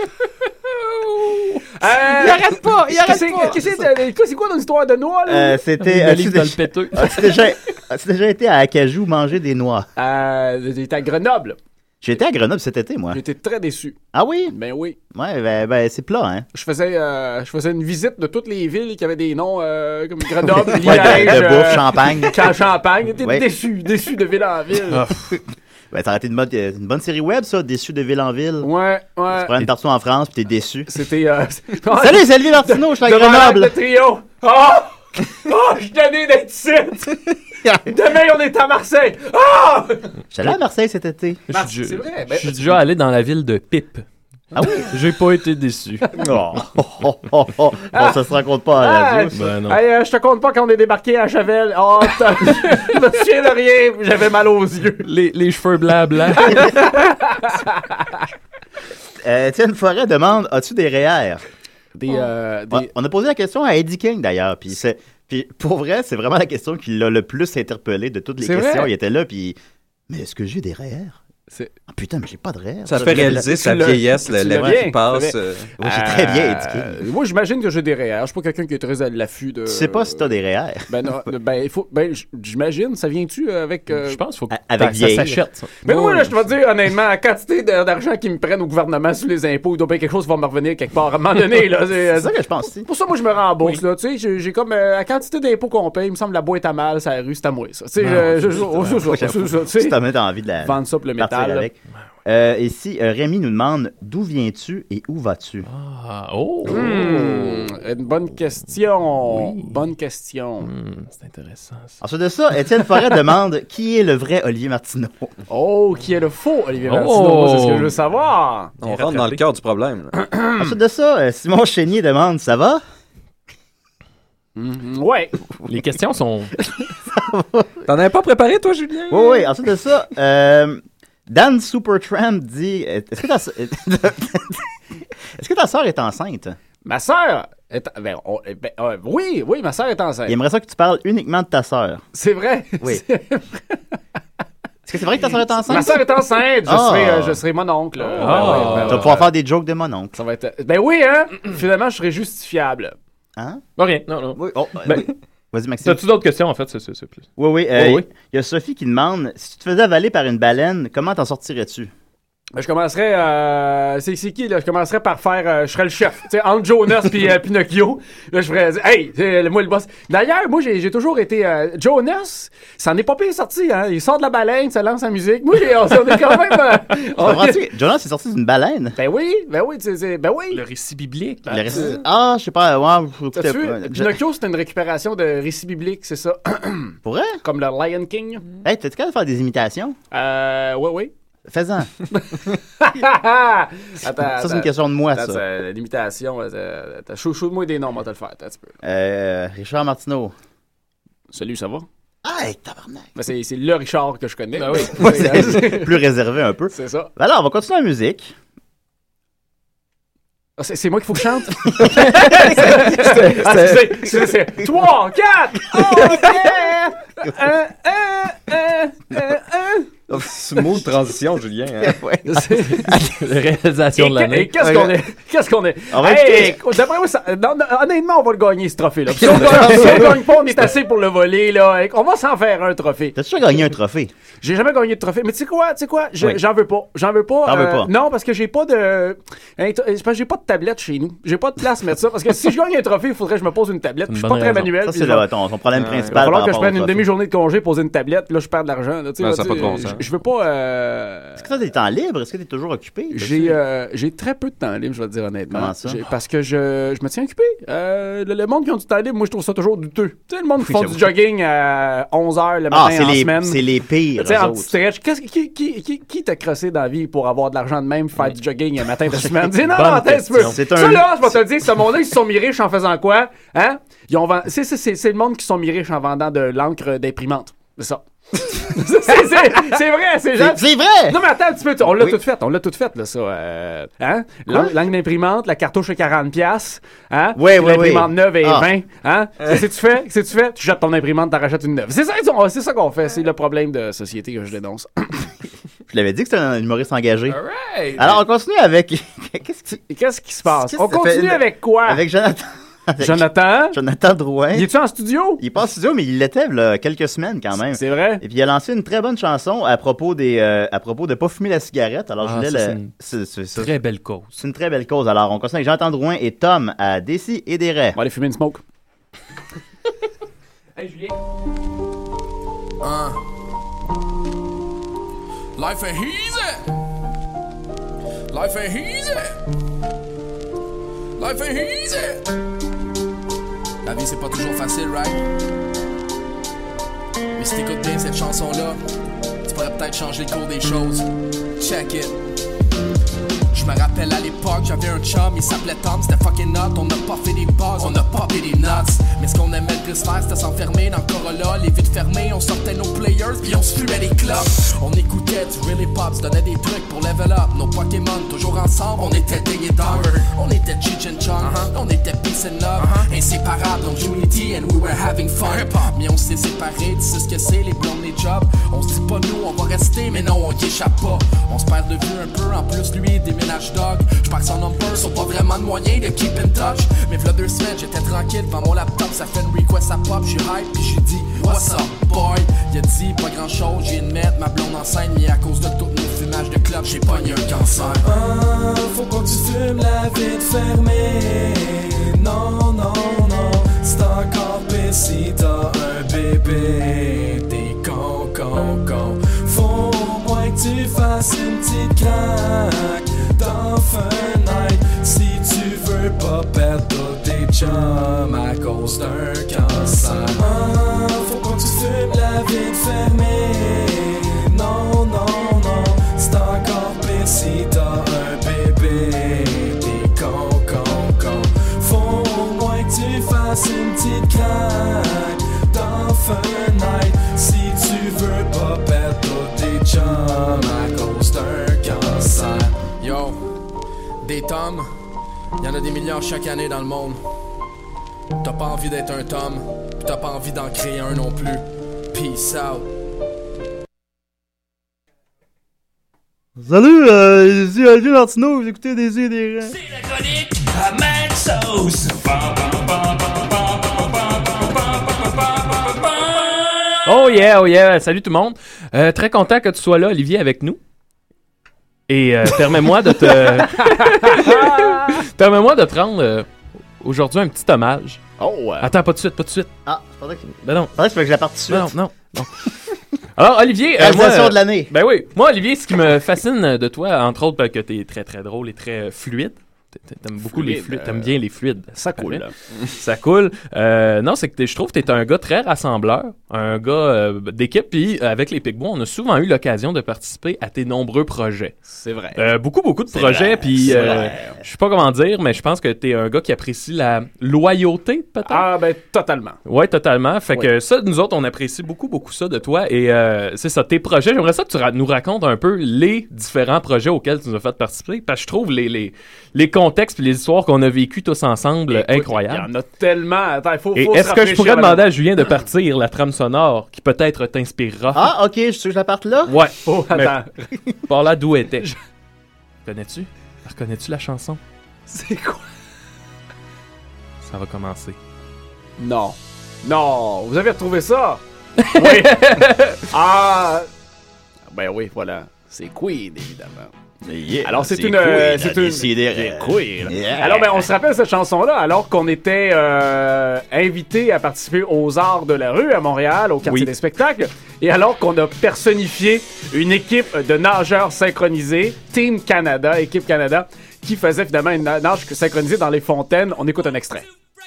Il arrête pas! C'est quoi dans l'histoire de noix, là? C'était... As-tu déjà été à Acajou manger des noix? J'étais à Grenoble. J'étais à Grenoble cet été, moi. J'étais très déçu. Ah oui? Ben oui. Ouais, ben c'est plat, hein? Je faisais une visite de toutes les villes qui avaient des noms comme Grenoble, Liège... de bouffe, Champagne. Champagne. J'étais déçu de ville en ville. Ben, ça aurait été une bonne série web, ça, Déçu de ville en ville. Ouais. Tu prends une partout en France, puis t'es déçu. C'était... Salut, c'est Olivier Martineau, je suis à Grenoble. Le trio. Je suis tanné d'être ici. Demain, on est à Marseille. J'allais à Marseille cet été. C'est vrai. Je suis déjà allé dans la ville de Pipe. Ah oui? J'ai pas été déçu. Bon, ça se raconte pas à la radio. Ben non. Je te compte pas quand on est débarqué à Chavel. Je me souviens de rien. J'avais mal aux yeux. Les cheveux blancs. Étienne Forêt demande, as-tu des REER? On a posé la question à Eddie King, d'ailleurs. Puis pour vrai, c'est vraiment la question qui l'a le plus interpellé de toutes les questions. Vrai? Il était là, puis... Mais est-ce que j'ai des REER? Ah putain, mais j'ai pas de REER. Ça fait réaliser sa vieillesse, la vie qui passe. Oui, j'ai très bien Eddie King. Moi, j'imagine que j'ai des REER. Je suis pas quelqu'un qui est très à l'affût de... Tu sais pas si t'as des REER? Il faut... j'imagine, ça vient-tu avec... Je pense qu'il faut que avec ça s'achète. Mais moi, là, je te vais dire, honnêtement, la quantité d'argent qu'ils me prennent au gouvernement sur les impôts, il doit bien quelque chose qui va me revenir quelque part à un moment donné. Là, c'est ça que je pense aussi. Pour ça, moi, je me rembourse. Là, tu sais, j'ai comme la quantité d'impôts qu'on paye, il me semble la boîte à mal, ça rue, c'est à moi, ça. Tu sais, si t'as même envie de la vendre ça pour le métal avec. Ici, Rémi nous demande d'où viens-tu et où vas-tu? Une bonne question. Oui. Bonne question. C'est intéressant. Ça. Ensuite de ça, Étienne Forêt demande qui est le vrai Olivier Martineau? Qui est le faux Olivier Martineau? C'est ce que je veux savoir. On rentre dans le cœur du problème. Ensuite de ça, Simon Chénier demande, ça va? Ouais. Les questions sont... T'en avais pas préparé, toi, Julien? Oui. Ensuite de ça, Dan Supertramp dit, est-ce que ta sœur est enceinte? Ma sœur oui, ma sœur est enceinte. Il aimerait ça que tu parles uniquement de ta sœur. C'est vrai? Oui. Est-ce que c'est vrai que ta sœur est enceinte? Ma sœur est enceinte. Je serai mon oncle. Tu vas pouvoir faire des jokes de mon oncle. Ça va être... Ben oui, hein? Finalement, je serai justifiable. Hein? Rien, non. Oui. Vas-y, Maxime. T'as-tu d'autres questions, en fait? C'est plus... Oui. Il y a Sophie qui demande, si tu te faisais avaler par une baleine, comment t'en sortirais-tu? Je commencerais... c'est qui, là? Je commencerais par faire... je serais le chef. Tu sais, entre Jonas puis Pinocchio. Là, je ferais... Hey, moi, le boss. D'ailleurs, moi, j'ai toujours été... Jonas, ça n'est pas pire sorti, hein? Il sort de la baleine, ça lance la musique. Moi, on est quand même... Jonas est sorti d'une baleine? Ben oui. Le récit biblique. Je sais pas. T'as vu? Pinocchio, c'était une récupération de récits bibliques, c'est ça. Pour vrai? Comme le Lion King. Hey, t'es capable de faire des imitations? Oui. Fais-en. Ça, c'est une question de moi, ça. L'imitation, chouchou-moi des noms, moi, te le faire. Un petit peu. Richard Martineau. Salut, ça va? Hey, tabarnak. Ben, c'est le Richard que je connais. Ben oui. C'est plus réservé un peu. C'est ça. Alors, on va continuer la musique. C'est moi qu'il faut que je chante? C'est 3, 4! Oh, yeah! Smooth transition, Julien. Hein? Ouais. Réalisation de l'année. Et qu'est-ce qu'on est? D'après moi, honnêtement, on va le gagner, ce trophée-là. Si on ne gagne pas, on est assez pour le voler. Là. On va s'en faire un trophée. T'as déjà gagné un trophée? J'ai jamais gagné de trophée. Mais tu sais quoi? J'en veux pas. T'en veux pas? Non, parce que j'ai pas de... J'ai pas de tablette chez nous. J'ai pas de place mettre ça. Parce que si je gagne un trophée, il faudrait que je me pose une tablette. Je suis pas très manuel. Ça, c'est ton problème principal. Il va falloir que je prenne une demi-journée de congé, poser une tablette, puis là, je perds de l'argent. Là, ça n'a pas de bon sens. Je veux pas... Est-ce que tu as des temps libres? Est-ce que tu es toujours occupé? J'ai très peu de temps libre, je vais te dire honnêtement. Comment ça? Parce que je me tiens occupé. Le monde qui ont du temps libre, moi, je trouve ça toujours douteux. Tu sais, le monde qui font du jogging à 11h le matin en semaine. C'est les pires, tu sais, en petit stretch. Qui t'a crossé dans la vie pour avoir de l'argent de même, faire du jogging un matin de semaine? Dis non, attends, tu peux. Ça, là, je vais te le dire, ce monde-là, ils se sont mis riches en faisant quoi? Hein? C'est le monde qui se sont mis riches en vendant de l'encre d'imprimante. C'est ça. c'est vrai, c'est genre... C'est vrai! Non, mais attends un petit peu, on l'a tout fait, là, ça. Hein? L'encre d'imprimante, la cartouche à 40$, hein? L'imprimante neuve est 20, hein? Qu'est-ce que tu fais? Tu jettes ton imprimante, t'en rachètes une neuve. C'est ça qu'on fait, c'est le problème de société que je dénonce. Je l'avais dit que c'était un humoriste engagé. Alright. Alors, on continue avec... Qu'est-ce qui se passe? On continue avec quoi? Avec Jonathan. Jonathan Drouin. Il est-tu en studio? Il est pas en studio, mais il l'était là, quelques semaines quand même. C'est vrai. Et puis il a lancé une très bonne chanson à propos de pas fumer la cigarette. Alors je voulais c'est une très belle cause. C'est une très belle cause. Alors on continue avec Jonathan Drouin et Tom à Décis et des Raies. On va aller fumer une smoke. Hey Julien. Life ain't easy. Life ain't easy. Life ain't easy. La vie c'est pas toujours facile, right? Mais si t'écoutes bien cette chanson-là, tu pourrais peut-être changer le cours des choses. Check it. Je me rappelle à l'époque, j'avais un chum, il s'appelait Tom, c'était fucking hot. On a pas fait des buzz, on a pas fait des nuts. Mais ce qu'on aimait le plus faire, c'était s'enfermer dans le Corolla, les vitres fermées, on sortait nos players, puis on se fumait des clubs. On écoutait du Really Pop, se donnait des trucs pour level up. Nos Pokémon, toujours ensemble, on était Ding et Dogger. On était Cheech and Chong, on était Peace and Love. Inséparables, on Unity and we were having fun. Mais on s'est séparés, tu sais ce que c'est, les blondes, les jobs. On se dit pas nous, on va rester, mais non, on y échappe pas. On se perd de vue un peu, en plus lui, déménage dog. J'parle sans number, sont pas vraiment de moyen de keep in touch. Mais v'là 2 semaines, j'étais tranquille devant mon laptop, ça fait une request à pop, j'suis hype, pis j'ai dit what's up boy. Il a dit pas grand chose, j'ai de mettre ma blonde enceinte, mais à cause de tout mon fumage de clope, j'ai pogné un cancer. Faut pas que tu fumes la vitre fermée. Non, non, non, c'est encore pire si t'as un bébé. T'es con, con, con. Faut au moins que tu fasses une petite craque dans Fenêtre si tu veux pas perdre tous tes chums à cause d'un cancer. Faut pas que tu fumes la vitre fermée. Non, non, non, c'est encore pire si t'as un bébé. T'es con, con, con. Faut au moins que tu fasses une petite craque dans Fenêtre si tu veux pas perdre tous tes chums à cause d'un cancer. Yo, des Tom, y'en a des milliards chaque année dans le monde. T'as pas envie d'être un Tom, pis t'as pas envie d'en créer un non plus. Peace out. Salut, ici Alvin Martineau, vous écoutez des yeux et des reins. C'est la chronique à Mac Sauce. Oh yeah, salut tout le monde. Très content que tu sois là, Olivier, avec nous. Et permets-moi de te... permets-moi de te rendre aujourd'hui un petit hommage. Oh! Attends, pas de suite. Ah, c'est pas que... Ben non. C'est que je la parte tout de suite. Non. Alors, Olivier... Réalisation de l'année. Ben oui. Moi, Olivier, ce qui me fascine de toi, entre autres, que t'es très, très drôle et très fluide. T'aimes beaucoup les fluides. T'aimes bien les fluides. Ça coule. Ça coule. Non, c'est que je trouve que t'es un gars très rassembleur, un gars d'équipe. Puis avec les Picbois, on a souvent eu l'occasion de participer à tes nombreux projets. C'est vrai. Beaucoup de projets. Puis je sais pas comment dire, mais je pense que t'es un gars qui apprécie la loyauté, peut-être. Ah ben totalement. Ouais, totalement. Fait que ça, nous autres, on apprécie beaucoup ça de toi. Et c'est ça, tes projets. J'aimerais ça que tu nous racontes un peu les différents projets auxquels tu nous as fait participer, parce que je trouve les concepts contexte et les histoires qu'on a vécues tous ensemble, incroyables. Il y en a tellement. Attends, il faut Et est-ce que je pourrais demander à Julien de partir la trame sonore qui peut-être t'inspirera? Ah, ok, je suis que je la parte là? Ouais. Oh, attends. Par là, d'où était? Connais-tu? Reconnais-tu la chanson? C'est quoi? Ça va commencer. Non. Non, vous avez retrouvé ça? Oui. Ah. Ben oui, voilà. C'est Queen, évidemment. Yeah, alors, c'est une. Queen, c'est une. Queen. Yeah. Alors, ben, on se rappelle cette chanson-là, alors qu'on était invité à participer aux Arts de la rue à Montréal, au quartier des spectacles, et alors qu'on a personnifié une équipe de nageurs synchronisés, Team Canada, équipe Canada, qui faisait finalement une nage synchronisée dans les fontaines. On écoute un extrait.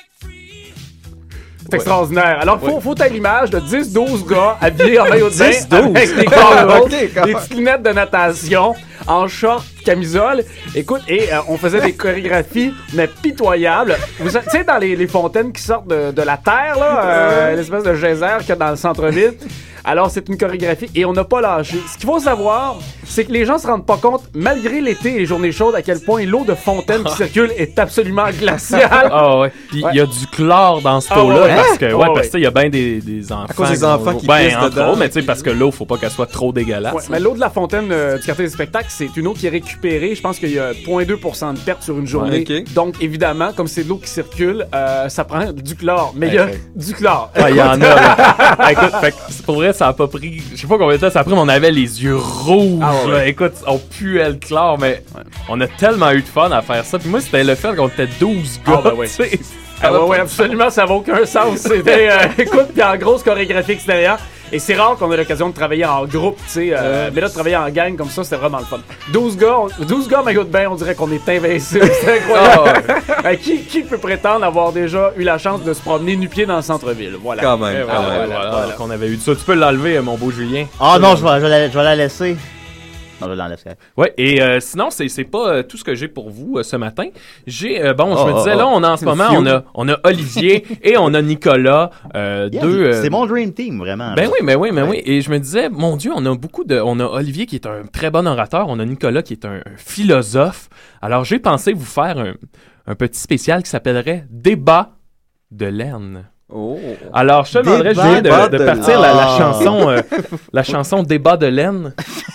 C'est extraordinaire. Alors, faut à l'image de 10-12 gars habillés en maillot de bain avec des goggles, des petites lunettes de natation, en short, camisole. Écoute, et on faisait des chorégraphies, mais pitoyables. Tu sais, dans les fontaines qui sortent de la terre, là, l'espèce de geyser qu'il y a dans le centre-ville. Alors, c'est une chorégraphie et on n'a pas lâché. Ce qu'il faut savoir, c'est que les gens se rendent pas compte, malgré l'été et les journées chaudes, à quel point l'eau de fontaine qui circule est absolument glaciale. Ah ouais. Puis il y a du chlore dans cette eau-là parce que parce que il y a bien des enfants. À cause des enfants qui pissent dedans. Mais tu sais, parce que l'eau, faut pas qu'elle soit trop dégueulasse. Ouais, mais l'eau de la fontaine du quartier des spectacles, c'est une eau qui est récupérée. Je pense qu'il y a 0,2% de perte sur une journée. Ouais, okay. Donc, évidemment, comme c'est de l'eau qui circule, ça prend du chlore. Mais il y a du chlore. Il y en a. Écoute, pour vrai, ça a pas pris. Je sais pas combien de temps ça a pris, mais on avait les yeux rouges. Là. Écoute, on puait le chlore, mais on a tellement eu de fun à faire ça. Puis moi, c'était le fait qu'on était 12 gars. Ouais, absolument, ça n'a aucun sens. C'était, écoute, puis en grosse chorégraphie extérieure. Et c'est rare qu'on ait l'occasion de travailler en groupe, tu sais. Mais là, de travailler en gang comme ça, c'était vraiment le fun. 12 gars, maillot de bain, on dirait qu'on est invincible. C'est incroyable. Qui peut prétendre avoir déjà eu la chance de se promener nu-pied dans le centre-ville? Voilà. Quand même. Voilà. Qu'on avait eu ça. Tu peux l'enlever, mon beau Julien. Ah non, je vais la laisser. Non, je l'enlève. Ouais, et sinon, c'est pas tout ce que j'ai pour vous ce matin. J'ai, je me disais, là, on a en ce moment, on a Olivier et on a Nicolas. C'est mon dream team, vraiment. Ben oui. Et je me disais, mon Dieu, on a Olivier qui est un très bon orateur, on a Nicolas qui est un philosophe. Alors, j'ai pensé vous faire un petit spécial qui s'appellerait Débat de laine. Oh. Alors, je te demanderais, Julien, de partir la chanson Débat de laine.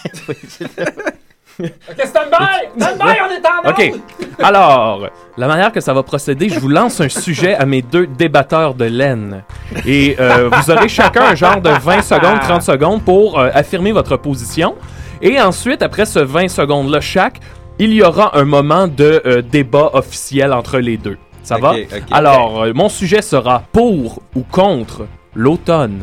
OK, stand-by, on est en OK. Alors, la manière que ça va procéder, je vous lance un sujet à mes deux débatteurs de laine. Et vous aurez chacun un genre de 20 secondes, 30 secondes pour affirmer votre position. Et ensuite, après ce 20 secondes-là chaque, il y aura un moment de débat officiel entre les deux. Ça va? Alors, mon sujet sera pour ou contre l'automne.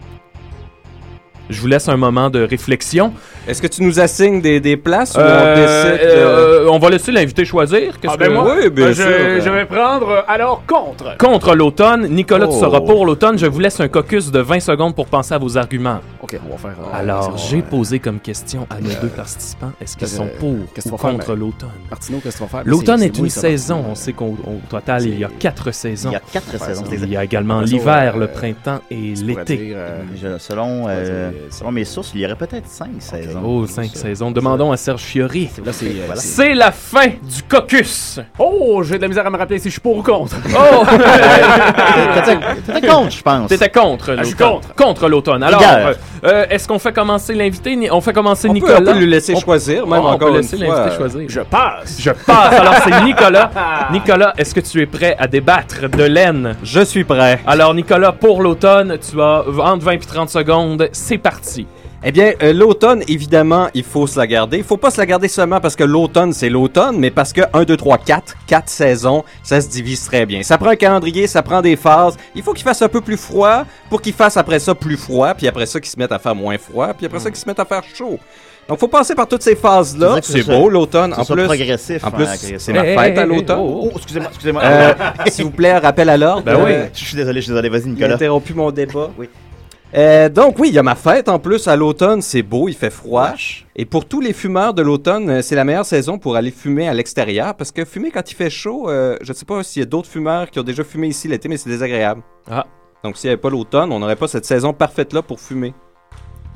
Je vous laisse un moment de réflexion. Est-ce que tu nous assignes des places ou on décide on va laisser l'invité choisir. Oui, bien sûr. Je vais prendre, alors, contre. Contre l'automne. Nicolas, tu seras pour l'automne. Je vous laisse un caucus de 20 secondes pour penser à vos arguments. OK, on va faire... Alors, j'ai posé comme question à nos deux participants. Est-ce qu'ils sont pour ou contre l'automne? Martino, qu'est-ce qu'on va faire? L'automne est une saison. On sait qu'au total, il y a 4 saisons. Il y a 4 saisons. Il y a également l'hiver, le printemps et l'été. Selon mes sources, il y aurait peut-être 5 saisons. Oh, 5 saisons. Demandons à Serge Fiori. C'est la fin du caucus. Oh, j'ai de la misère à me rappeler si je suis pour ou contre. Oh! T'étais contre, je pense. T'étais contre l'automne. Je suis contre. Contre l'automne. Alors, est-ce qu'on fait commencer l'invité? On fait commencer Nicolas. On peut lui laisser choisir, même encore une fois. On peut laisser l'invité choisir. Je passe. Alors, c'est Nicolas. Nicolas, est-ce que tu es prêt à débattre de laine? Je suis prêt. Alors, Nicolas, pour l'automne, tu as entre 20 et 30 secondes. C'est parti. Eh bien, l'automne, évidemment, il faut se la garder. Il faut pas se la garder seulement parce que l'automne, c'est l'automne, mais parce que 1, 2, 3, 4 saisons, ça se divise très bien. Ça prend un calendrier, ça prend des phases. Il faut qu'il fasse un peu plus froid pour qu'il fasse après ça plus froid, puis après ça qu'il se mette à faire moins froid, puis après ça qu'il se mette à faire chaud. Donc, faut passer par toutes ces phases-là. C'est beau, l'automne. En plus, progressif. En plus, c'est ma fête à l'automne. Oh, excusez-moi. S'il vous plaît, rappel à l'ordre. Ben oui. Je suis désolé. Vas-y, Nicolas. J'ai interrompu mon débat. Oui. Donc oui, il y a ma fête en plus à l'automne, c'est beau, il fait froid. Et pour tous les fumeurs de l'automne, c'est la meilleure saison pour aller fumer à l'extérieur parce que fumer quand il fait chaud, je ne sais pas s'il y a d'autres fumeurs qui ont déjà fumé ici l'été, mais c'est désagréable. Ah. Donc s'il n'y avait pas l'automne, on n'aurait pas cette saison parfaite là pour fumer.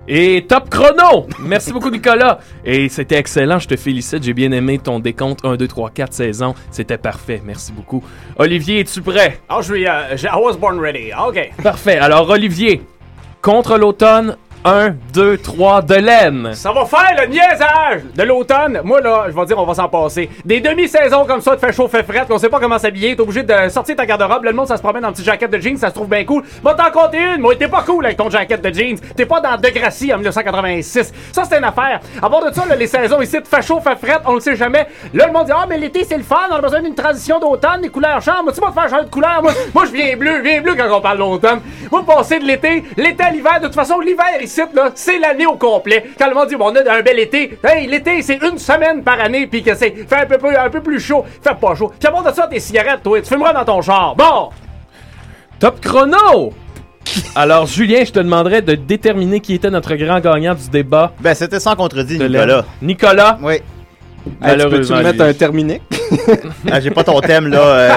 Et top chrono! Merci beaucoup, Nicolas. Et c'était excellent, je te félicite. J'ai bien aimé ton décompte 1, 2, 3, 4 saisons. C'était parfait, merci beaucoup. Olivier, es-tu prêt? Ah, I was born ready. OK. Parfait. Alors, Olivier, contre l'automne, 1, 2, 3, de laine. Ça va faire le niaisage de l'automne. Moi, là, je vais dire, on va s'en passer. Des demi-saisons comme ça, de fait chaud, fait fret, qu'on sait pas comment s'habiller, t'es obligé de sortir ta garde-robe. Là, le monde, ça se promène en petite jaquette de jeans, ça se trouve bien cool. Moi, t'en compter une. Moi, t'es pas cool avec ton jaquette de jeans. T'es pas dans Degrassi en 1986. Ça, c'est une affaire. À part de ça, là, les saisons ici, de fait chaud, fait fret, on le sait jamais. Là, le monde dit, ah, mais l'été, c'est le fun, on a besoin d'une transition d'automne, les couleurs changent. Moi, tu vas te faire changer de couleur. Moi, je viens bleu quand on parle d'automne. Moi, passer de l'été à l'hiver, de toute façon, l'hiver ici, là, c'est l'année au complet. Quand le monde dit, bon, on a un bel été. Hey, l'été, c'est une semaine par année, puis que c'est fait un peu plus chaud. Fait pas chaud. Puis à part de ça, tes cigarettes, toi, tu fumeras dans ton char. Bon! Top chrono! Alors, Julien, je te demanderais de déterminer qui était notre grand gagnant du débat. Ben, c'était sans contredit, Nicolas. Nicolas? Oui. Peux-tu mettre un terminé? J'ai pas ton thème, là.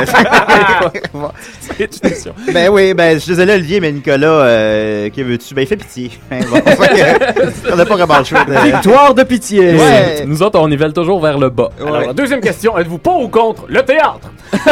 Ben oui, ben, je suis désolé, Olivier, mais Nicolas, qui veux-tu? Ben, il fait pitié. Bon, on n'a pas vraiment le choix. Victoire de pitié. Ouais. Nous autres, on nivelle toujours vers le bas. Alors, la deuxième question, êtes-vous pour ou contre le théâtre?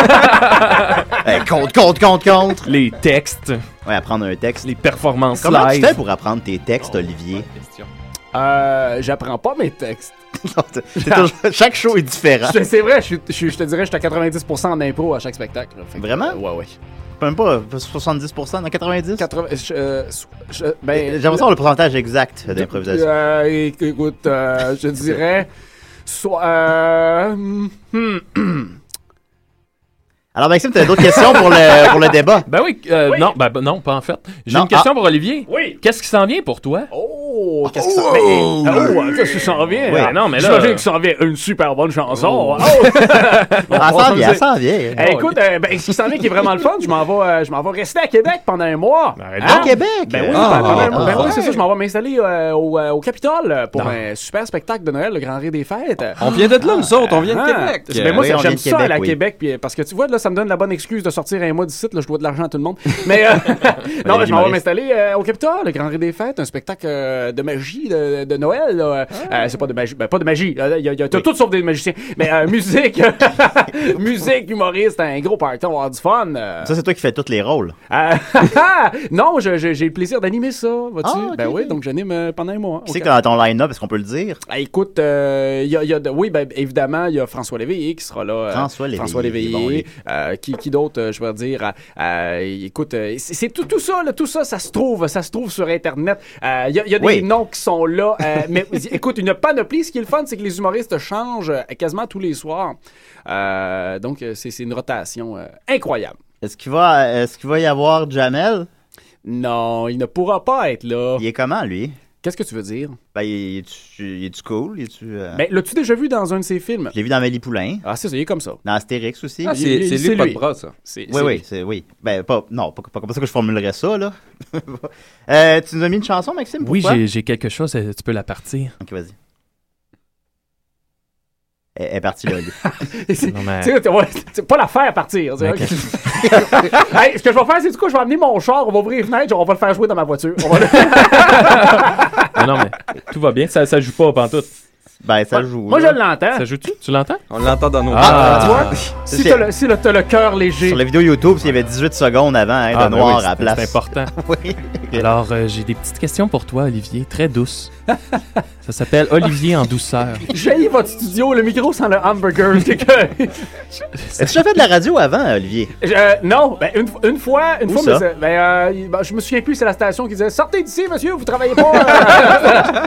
Contre. Les textes. Ouais, apprendre un texte. Les performances Comment live. tu fais pour apprendre tes textes, Olivier? J'apprends pas mes textes. Chaque show est différent. C'est vrai, je te dirais, je suis à 90% en impro à chaque spectacle. Vraiment? Ouais. Même pas 70%, dans 90%? Ben, j'aimerais savoir le pourcentage exact d'improvisation. Écoute, je dirais... Alors, Maxime, tu as d'autres questions pour le débat? Ben oui, oui. Non, pas en fait. J'ai une question pour Olivier. Oui. Qu'est-ce qui s'en vient pour toi? Qu'est-ce qui s'en vient? Oui. Non, mais là... J'imagine qu'il s'en vient une super bonne chanson. Elle s'en vient. Écoute, ce qui s'en vient qui est vraiment le fun, je m'en vais rester à Québec pendant un mois. À Québec? Ben oui, pendant un mois. Ben oui, c'est ça, je m'en vais m'installer au Capitole pour un super spectacle de Noël, le Grand Rire des Fêtes. On vient de là, nous autres, on vient de Québec. Ben moi, j'aime ça aller à Québec, parce que tu vois, là, ça me donne la bonne excuse de sortir un mois d'ici, là, je dois de l'argent à tout le monde. Mais non, je m'en vais m'installer au Capitole, le Grand Rire des Fêtes, un spectacle de magie de Noël. C'est pas de magie, pas de magie. Il y a tout sauf des magiciens. Mais musique, humoriste, un gros party, on va avoir du fun. Ça, c'est toi qui fais tous les rôles. Non, j'ai le plaisir d'animer ça, vois-tu? Okay. Ben oui, donc j'anime pendant un mois. Tu sais que dans ton line-up, est-ce qu'on peut le dire? Écoute, oui, ben évidemment, il y a François Léveillé qui sera là. François Léveillé. Qui d'autre, je vais dire? Écoute, c'est tout ça, là, tout ça, ça se trouve sur Internet. Il y a des noms qui sont là. Mais écoute, une panoplie. Ce qui est le fun, c'est que les humoristes changent quasiment tous les soirs. Donc, c'est une rotation incroyable. Est-ce qu'il va y avoir Jamel? Non, il ne pourra pas être là. Il est comment, lui? Qu'est-ce que tu veux dire? Ben, il est-tu cool? Ben, l'as-tu déjà vu dans un de ses films? Je l'ai vu dans Mélie Poulain. Ah, c'est ça, il est comme ça. Dans Astérix aussi. Ah, c'est lui, pas de bras, ça. Oui. Ben, pas comme ça que je formulerais ça, là. Tu nous as mis une chanson, Maxime? Pourquoi? Oui, j'ai quelque chose, tu peux la partir. Ok, vas-y. Elle est partie là. C'est pas la faire partir. Okay. Hey, ce que je vais faire, c'est du coup, je vais amener mon char, on va ouvrir les fenêtres, on va le faire jouer dans ma voiture. Non, mais tout va bien, ça joue pas pantoute. Ben, ça joue. Moi, je l'entends. Ça joue-tu? Tu l'entends? On l'entend dans nos tu vois? Si t'as le cœur léger. Sur la vidéo YouTube, il y avait 18 secondes avant de noir à la place. C'est important. Oui. Alors, j'ai des petites questions pour toi, Olivier, très douces. Ça s'appelle Olivier en douceur. J'ai votre studio, le micro sans le hamburger. Est-ce que tu as fait de la radio avant, Olivier? Non, ben une fois, je me souviens plus, c'est la station qui disait « Sortez d'ici, monsieur, vous travaillez pas! »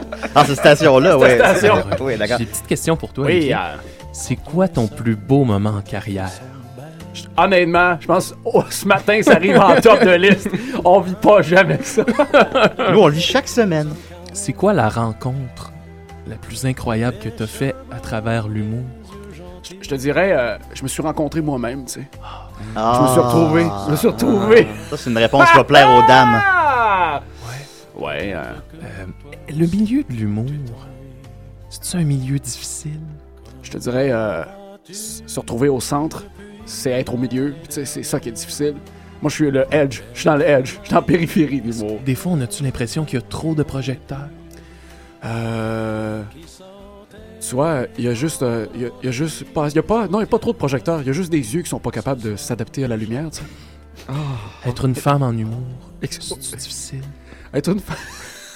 cette station-là, oui. Oui, d'accord. J'ai une petite question pour toi, Olivier. C'est quoi ton plus beau moment en carrière? Honnêtement, je pense ce matin, ça arrive en top de liste. On vit pas jamais ça. Nous, on le vit chaque semaine. C'est quoi la rencontre la plus incroyable que tu as fait à travers l'humour? Je te dirais, je me suis rencontré moi-même, tu sais. Je me suis retrouvé. Ça, c'est une réponse qui va plaire aux dames. Ouais. Le milieu de l'humour, c'est-tu un milieu difficile? Je te dirais, se retrouver au centre, c'est être au milieu. C'est ça qui est difficile. Moi, je suis le edge. Je suis dans le edge. Je suis dans la périphérie de l'humour. Des fois, on a-tu l'impression qu'il y a trop de projecteurs? Tu vois, il y a juste pas trop de projecteurs, il y a juste des yeux qui sont pas capables de s'adapter à la lumière, tu sais. Être une femme en humour, c'est difficile. Être une femme...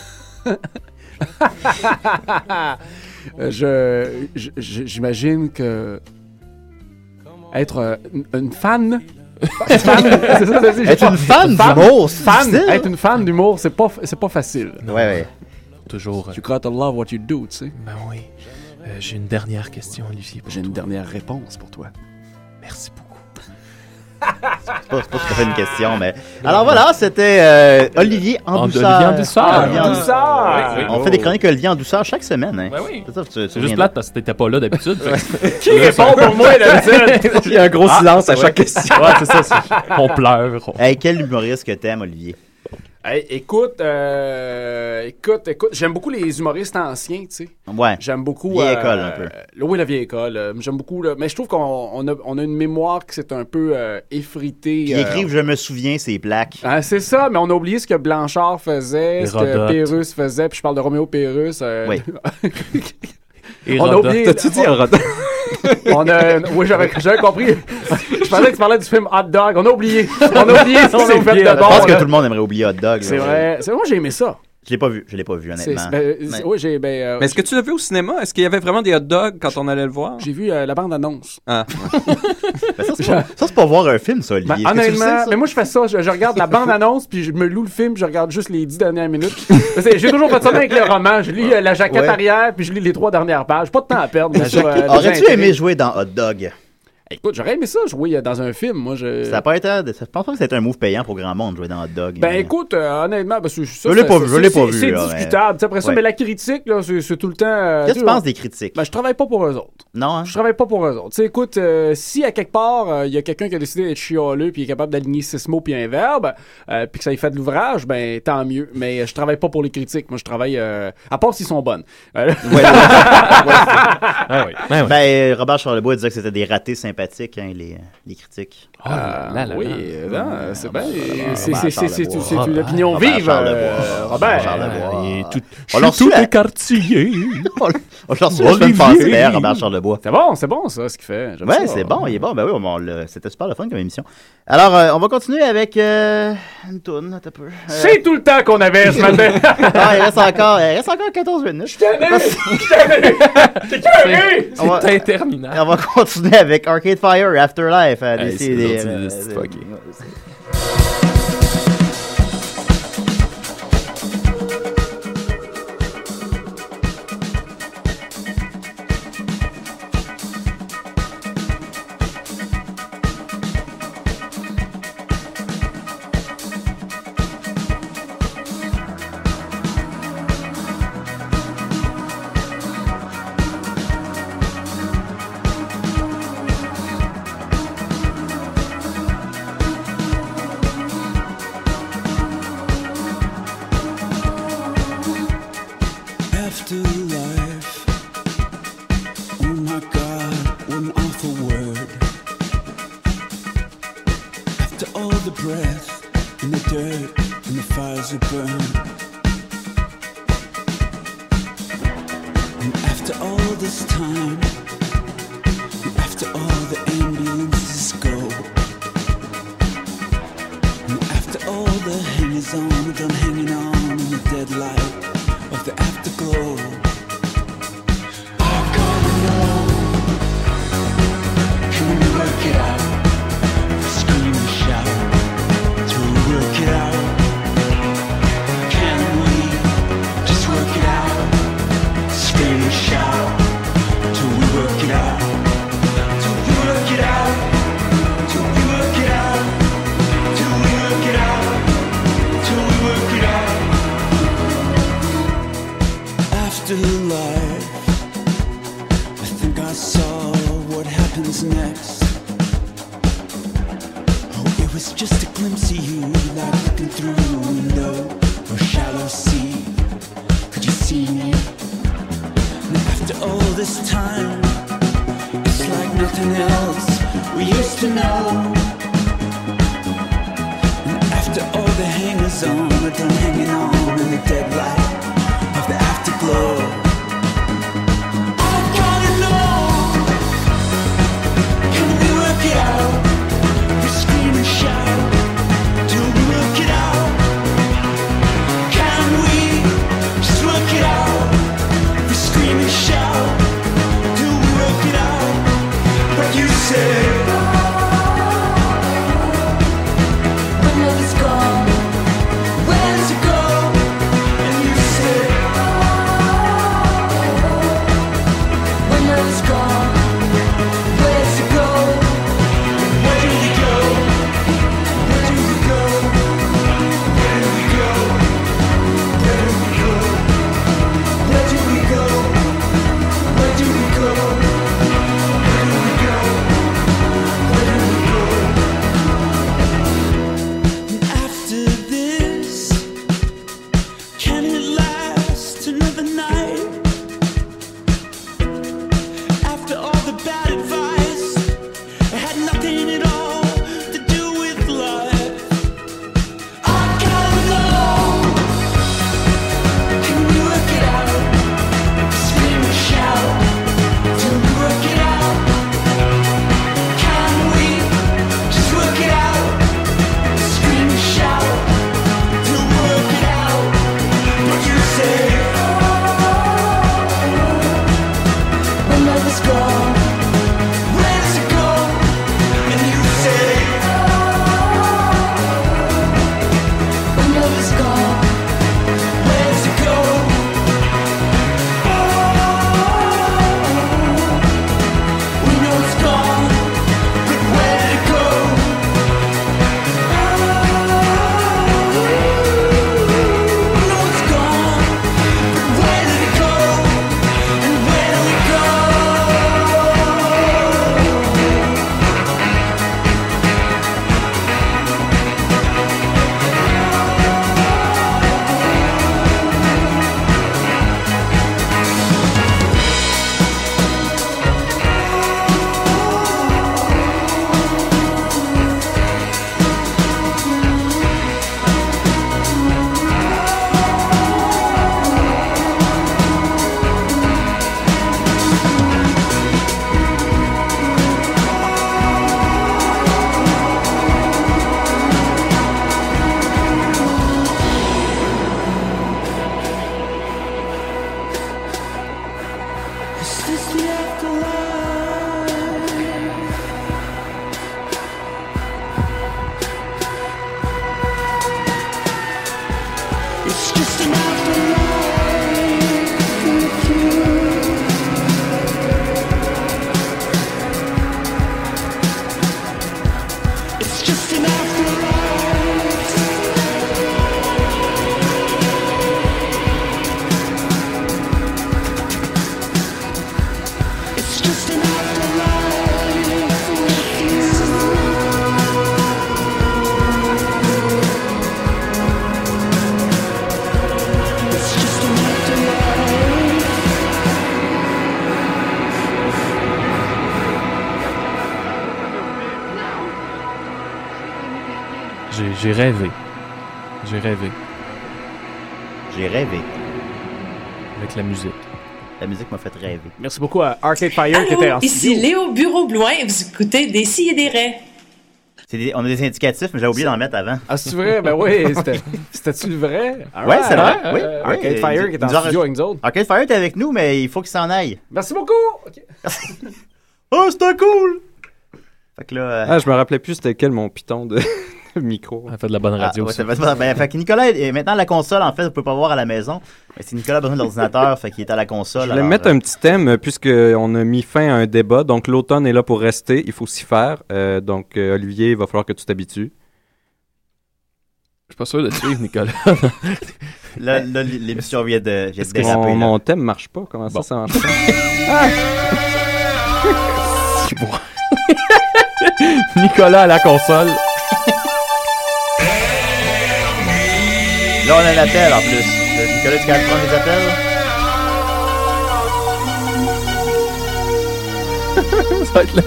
J'imagine que être une fan... Être une fan d'humour, c'est difficile. Être une fan d'humour, c'est pas facile. Ouais. Toujours. You gotta love what you do, tu sais. Ben oui. J'ai une dernière question, Olivier. J'ai une dernière réponse pour toi. Merci beaucoup. C'est pas tout à fait une question, mais... Alors voilà, c'était Olivier en douceur. Olivier en douceur. Oui. On fait des chroniques Olivier en douceur chaque semaine. Hein. Ben oui. C'est juste plate parce que t'étais pas là d'habitude. Qui répond pour moi d'habitude? Il y a un gros silence à chaque question. Ouais, c'est ça. On pleure. Hey, quel humoriste que t'aimes, Olivier? Hey, écoute, j'aime beaucoup les humoristes anciens, tu sais. Ouais. J'aime beaucoup... Vieille école, un peu. Oui, la vieille école. J'aime beaucoup... mais je trouve qu'on a une mémoire qui s'est un peu effritée. Qui écrivent « Je me souviens » ces plaques. C'est ça, mais on a oublié ce que Blanchard faisait, ce que Pérusse faisait, puis je parle de Roméo Pérusse. Oui. On a oublié... T'as-tu dit Hérodote? Oui, j'avais compris. Je pensais que tu parlais du film Hot Dog. On a oublié son fait de Je pense que tout le monde aimerait oublier Hot Dog. C'est vrai. Moi, j'ai aimé ça. Je l'ai pas vu, honnêtement. Oui, mais est-ce que tu l'as vu au cinéma? Est-ce qu'il y avait vraiment des hot dogs quand on allait le voir? J'ai vu la bande-annonce. Ah. Ça, c'est pas voir un film, ça, Olivier. Honnêtement, mais moi, je fais ça. Je regarde la bande-annonce, puis je me loue le film, je regarde juste les 10 dernières minutes. J'ai toujours fait ça avec le roman. Je lis la jaquette arrière, puis je lis les 3 dernières pages. Pas de temps à perdre. Aurais-tu aimé jouer dans Hot Dog? Écoute, j'aurais aimé ça jouer dans un film. Moi, ça n'a pas été. Je pense pas que c'était un move payant pour grand monde jouer dans Hot Dog. Écoute, honnêtement, parce que je l'ai pas vu. C'est discutable. Après ça, mais la critique, là, c'est tout le temps. Qu'est-ce que tu penses des critiques? Je travaille pas pour eux autres. Non, hein? Je travaille pas pour eux autres. Écoute, si à quelque part, il y a quelqu'un qui a décidé d'être chialeux puis il est capable d'aligner 6 mots puis un verbe, puis que ça y fait de l'ouvrage, tant mieux. Mais je travaille pas pour les critiques. Moi, je travaille. À part s'ils sont bonnes. Robert Charlebois disait que c'était des ratés sympathiques, hein, les critiques. Oui, c'est bien. C'est une opinion vive, Robert. On l'a tout écartillé. On l'a reçu la semaine passée, Robert Charlebois. C'est bon ça, ce qu'il fait. Ouais, c'est bon, il est bon. Ben oui, c'était super le fun comme émission. Alors, on va continuer avec une toune, un peu. C'est tout le temps qu'on avait ce matin. Il reste encore 14 minutes. Je t'ai C'est interminable. On va continuer avec Arcade Fire, Afterlife. After all the hangers on are done hanging on in the dead light of the afterglow. floor. I gotta know, can we work it out? We scream and shout till we work it out. Can we just work it out? We scream and shout till we work it out. But you say, when love is gone, where does it go? And you say, when love is gone, where does it go? Where do we go? Where do we go? Where do we go? Where do we go? Where do we go? Where do we go? Where do we go? Where do we go? And after this, can it last another night? After all the bad advice, it had nothing at all to do with life. I gotta know, can we work it out? Scream and shout till we work it out. Can we just work it out? Scream and shout till we work it out. But you say, when love is gone, where does it go? And you say, when love is gone, where does it go? We know it's gone, but where did it go? We know it's gone, but where did it go? And where do we go? Is this the afterlife? It's just an afterlife with you. It's just an afterlife. It's just an afterlife with you. It's just an afterlife. J'ai rêvé. J'ai rêvé. J'ai rêvé. Avec la musique. La musique m'a fait rêver. Merci beaucoup à Arcade Fire qui était en Allô, ici Léo Bureau-Blouin et vous écoutez des si et des raies. On a des indicatifs, mais j'ai oublié d'en mettre avant. Ah, c'est vrai? Ben oui, c'était-tu le vrai? Ouais, c'est vrai. Oui, Arcade Fire qui est en studio avec nous autres. Arcade Fire est avec nous, mais il faut qu'il s'en aille. Merci beaucoup! Okay. Oh, c'était cool! Fait que là... Ah, je me rappelais plus c'était quel mon piton de micro. Elle fait de la bonne radio. Ouais, fait que Nicolas est maintenant à la console, en fait, vous pouvez pas voir à la maison. Mais c'est Nicolas a besoin de l'ordinateur, fait qu'il est à la console. Je voulais mettre un petit thème, puisqu'on a mis fin à un débat. Donc, l'automne est là pour rester. Il faut s'y faire. Donc, Olivier, il va falloir que tu t'habitues. Je suis pas sûr de suivre, Nicolas. Là, l'émission vient de déraper. Mon thème marche pas. Comment ça, ça marche pas? Nicolas à la console. Là, on a un appel en plus. Nicolas, tu peux prendre les appels? Ça va être là.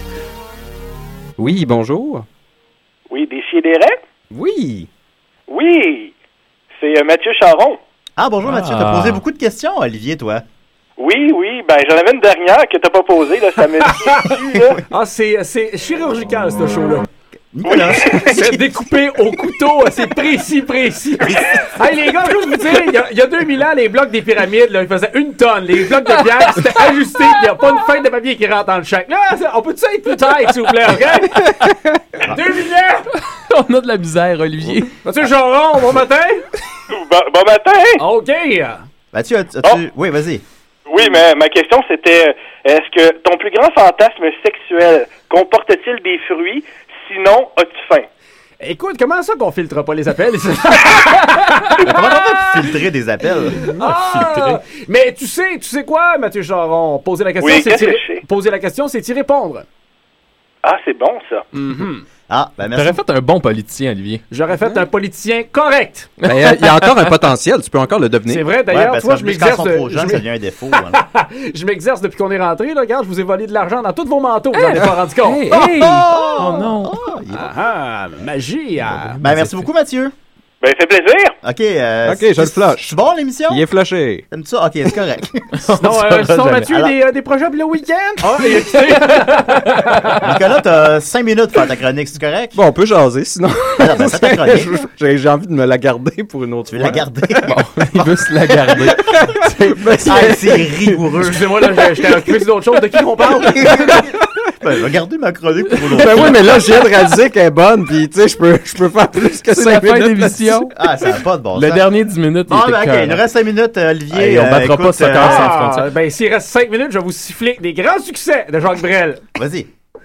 Oui, bonjour. Oui, des Sidérés? Oui. Oui, c'est Mathieu Charon. Ah, bonjour Mathieu, t'as posé beaucoup de questions, Olivier, toi. Oui, ben j'en avais une dernière que t'as pas posée, là, ça me dit là. Ah, c'est chirurgical, ce show-là. Nicolas. C'est découpé au couteau, c'est précis. Hey les gars, je veux vous dire, il y a 2000 ans, les blocs des pyramides, là, ils faisaient 1 tonne. Les blocs de pierre, c'était ajusté, il n'y a pas une feuille de papier qui rentre dans le chèque. Là, on peut-tu être plus tard, s'il vous plaît, OK? 2000 ans! On a de la misère, Olivier. Mathieu Charon, bon matin? Bon matin! OK! Mathieu, Oui, vas-y. Oui, mais ma question c'était, est-ce que ton plus grand fantasme sexuel comporte-t-il des fruits? Sinon, as-tu faim? Écoute, comment ça qu'on filtre pas les appels? Comment on peut filtrer des appels? Mais tu sais quoi, Mathieu Charon? Poser la question, c'est y répondre. Ah, c'est bon, ça. Ah, ben merci. T'aurais fait un bon politicien, Olivier. J'aurais fait un politicien correct. Ben, il y a encore un potentiel, tu peux encore le devenir. C'est vrai, d'ailleurs, ouais, toi, je m'exerce. Quand ils sont trop jeunes, ça devient un défaut. Voilà. Je m'exerce depuis qu'on est rentré, là. Regarde, je vous ai volé de l'argent dans tous vos manteaux. Vous n'en avez pas rendu compte. Oh non. Magie. Ben, merci beaucoup, Mathieu. Ben, fait plaisir. OK, je le flush. C'est bon, l'émission? Il est flushé. T'aimes ça? OK, c'est correct. Sinon, Mathieu, alors... des projets pour le week-end? Nicolas, t'as 5 minutes pour faire ta chronique, c'est correct? Bon, on peut jaser, sinon. Ben, fais ta chronique. J'ai envie de me la garder pour une autre fois. Tu veux la garder? Bon, il veut se la garder. C'est rigoureux. Excusez-moi, là, j'étais occupé d'autres choses. De qui on parle? Ben, je vais garder ma chronique pour l'autre. Ben oui, mais là, je viens de réaliser qu'elle est bonne, puis tu sais, je peux faire plus que 5 minutes. C'est la fin d'émission. Ah, ça n'a pas de bon sens. Le dernier 10 minutes, il était OK, il nous reste 5 minutes, Olivier. Allez, on battra pas Soccer sans frontières. Ben, s'il reste 5 minutes, je vais vous siffler des grands succès de Jacques Brel. Vas-y.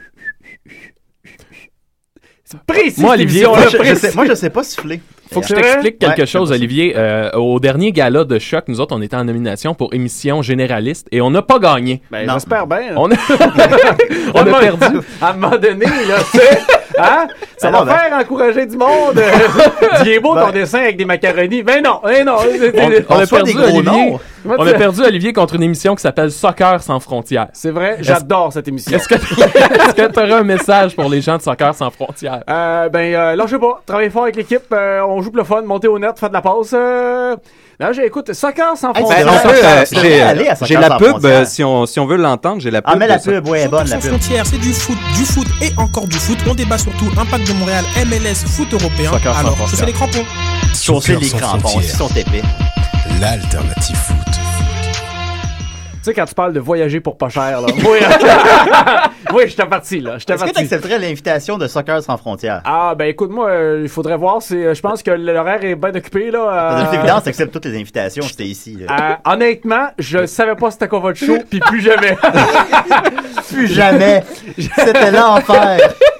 C'est précis, moi, Olivier, moi, je sais pas siffler. Faut que je t'explique quelque chose, Olivier. Au dernier gala de Choc, nous autres, on était en nomination pour émission généraliste et on n'a pas gagné. Ben, j'espère bien. On a perdu. À un moment donné, là, tu sais, hein? Ça va faire encourager du monde. Il est beau ton dessin avec des macaronis. Ben non, on a perdu Olivier. On a perdu Olivier contre une émission qui s'appelle Soccer sans frontières. C'est vrai, j'adore cette émission. Est-ce que tu aurais un message pour les gens de Soccer sans frontières? Lâchez pas. Travaillez fort avec l'équipe. On joue pour le fun. Montez au net, faites de la passe. Non, écoute, Soccer sans frontières. J'ai la pub, si on veut l'entendre, j'ai la pub. Ah, mais la pub, ouais, bonne la pub. Frontières, c'est du foot et encore du foot. On débat surtout Impact de Montréal, MLS, foot européen. Alors, chaussez les crampons. Chaussez les crampons, ils sont épais. L'alternative foot. Tu sais, quand tu parles de voyager pour pas cher, là. Oui, j'étais parti, là. Est-ce que tu accepterais l'invitation de Soccer sans frontières? Ah, ben écoute, moi, il faudrait voir. Je pense que l'horaire est bien occupé, là. De toute évidence, tu acceptes toutes les invitations, j'étais ici. Honnêtement, je savais pas c'était quoi votre show, puis plus jamais. Plus jamais. C'était l'enfer.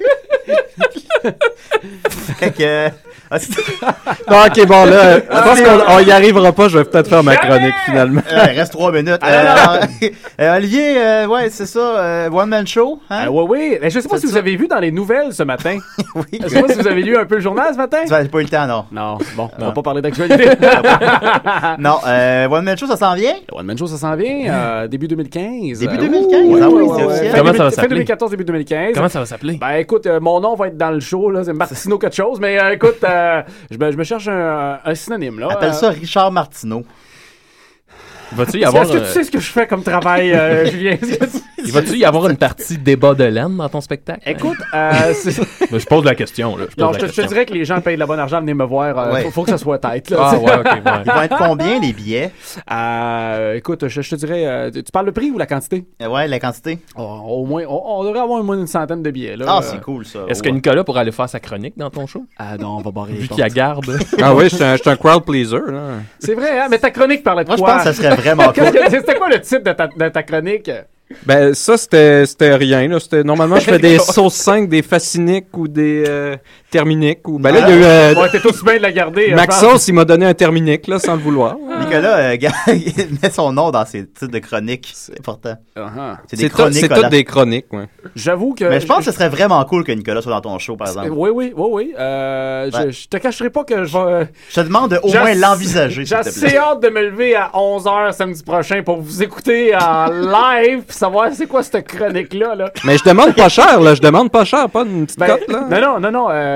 Fait que... Non, ok, bon, là, je pense qu'on y arrivera pas, je vais peut-être faire ma chronique, finalement. Il reste 3 minutes. Olivier, ouais, c'est ça, One Man Show, hein? Oui. Mais je sais pas si vous avez vu dans les nouvelles ce matin. Oui. Je sais pas si vous avez lu un peu le journal ce matin. Tu n'as pas eu le temps, non? Non, bon, on va pas parler d'actualité. Non, One Man Show, ça s'en vient? One Man Show, ça s'en vient, début 2015. Début 2015? Ah oui, c'est officiel. Comment ça va s'appeler? Fin 2014, début 2015. Comment ça va s'appeler? Ben écoute, mon nom va être dans le show, là, c'est Martino quelque chose, mais écoute, je me cherche un synonyme, là. Appelle ça Richard Martineau. Va-tu y avoir... Est-ce que tu sais ce que je fais comme travail, Julien? Va-tu y avoir une partie débat de laine dans ton spectacle? Écoute, je pose la question, là. Je te dirais que les gens payent de la bonne argent à venir me voir. Faut que ça soit tête, là. Ah, ouais, OK. Ouais. Ils vont être combien, les billets? Écoute, je te dirais... tu parles le prix ou la quantité? Ouais, la quantité. Au moins, on devrait avoir au moins une centaine de billets, là. Ah, c'est cool, ça. Est-ce que Nicolas pourrait aller faire sa chronique dans ton show? Ah non, on va barrer les Vu portes. qu'il la garde. Ah oui, je suis un crowd pleaser, là. C'est vrai, hein? Mais ta chronique parlait de quoi? Moi, je pense que ça serait vraiment cool. C'était quoi le titre de ta chronique? Ben, ça, c'était rien, là. Normalement, je fais des sauces 5, des fasciniques ou des terminiques. Ou... Ben là, il y a eu... t'es tous bien de la garder. Maxos, il m'a donné un terminique, là, sans le vouloir. Nicolas, il met son nom dans ses titres de chroniques. C'est important. C'est des chroniques. C'est toutes des chroniques, ouais. J'avoue que... Mais je pense que ce serait vraiment cool que Nicolas soit dans ton show, par exemple. Oui. Je te cacherai pas que je vais... Je te demande de au moins l'envisager, s'il te plaît. J'ai assez hâte de me lever à 11h samedi prochain pour vous écouter en live puis savoir c'est quoi cette chronique-là. Là. Mais je demande pas cher, là. Je demande pas cher, pas une petite cote, là. Non.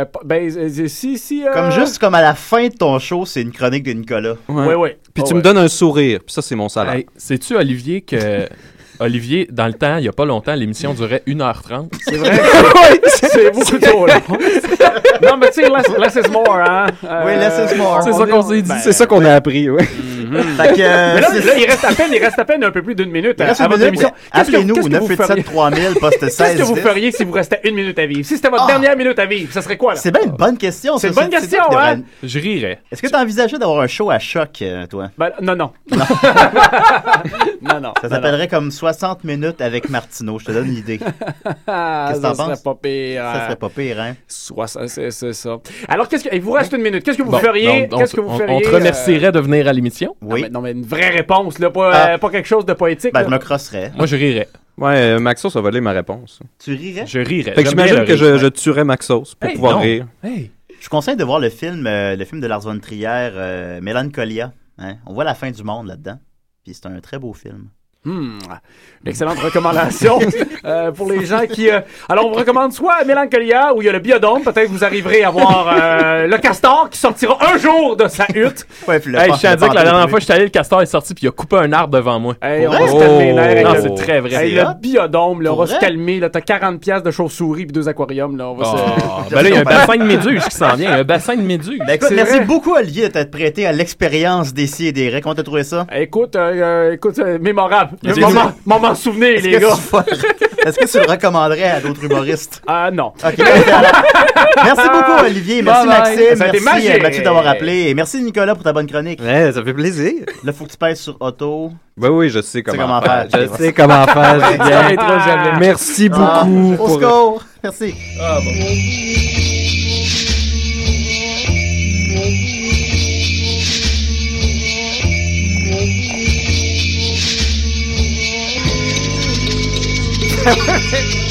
si... Comme à la fin de ton show, c'est une chronique de Nicolas. Oui. Puis tu me donnes un sourire, puis ça, c'est mon salaire. Hey, sais-tu, Olivier, que... Olivier, dans le temps, il n'y a pas longtemps, l'émission durait 1h30. C'est vrai? Oui, c'est beaucoup trop long. Non, mais tu sais, less is more, hein? Oui, less is more. C'est ça qu'on s'est dit. C'est ça qu'on a appris, oui. Fait que, mais là, il reste à peine un peu plus d'une minute à votre émission. Appelez-nous au 987-3000, poste 16. Qu'est-ce que vous feriez si vous restait une minute à vivre? Si c'était votre dernière minute à vivre, ça serait quoi, là? C'est bien une bonne question. C'est une bonne question, hein? Je rirais. Est-ce que tu envisageais d'avoir un show à Choc, toi? Non. Ça s'appellerait comme 60 minutes avec Martineau. Je te donne l'idée. Qu'est-ce que t'en penses? Ça serait pas pire. Ça serait pas pire, hein? C'est ça. Alors, il vous reste une minute. Qu'est-ce que vous feriez? On te remercierait de venir à l'émission. Oui. Non, mais une vraie réponse, là, pas quelque chose de poétique. Ben, je me crosserais. Moi, je rirais. Ouais, Maxos a volé ma réponse. Tu rirais? Je rirais. Fait que j'imagine que je tuerais Maxos pour pouvoir rire. Hey. Je vous conseille de voir le film de Lars von Trier, Mélancolia. Hein? On voit la fin du monde là-dedans. Puis c'est un très beau film. Une excellente recommandation pour les gens qui... Alors, on vous recommande soit Mélancolia, où il y a le biodôme. Peut-être que vous arriverez à voir le castor qui sortira un jour de sa hutte. Ouais, puis je tiens à dire que la dernière fois que je suis allé, le castor est sorti puis il a coupé un arbre devant moi. Hey, on va se calmer les nerfs. Non, c'est très vrai. Hey, le biodôme, là, on va se calmer. Là, t'as 40$ de chauves-souris puis 2 aquariums. Là, on va ben là, il y a un bassin de méduses qui s'en vient. Un bassin de méduses. Ben, écoute, merci beaucoup, Olivier, de t'être prêté à l'expérience des si et des ré. Comment t'as trouvé ça? Écoute, mémorable. Moment souvenir, les gars. Est-ce que tu le recommanderais à d'autres humoristes? Non. Okay, merci beaucoup, Olivier. Merci, Maxime. Merci, Mathieu, d'avoir appelé. Et merci, Nicolas, pour ta bonne chronique. Ouais, ça fait plaisir. Là, faut que tu pèses sur auto. Ben oui, je sais comment faire. Je sais comment faire. Merci beaucoup. Au secours. Merci. Bon. Ha ha ha!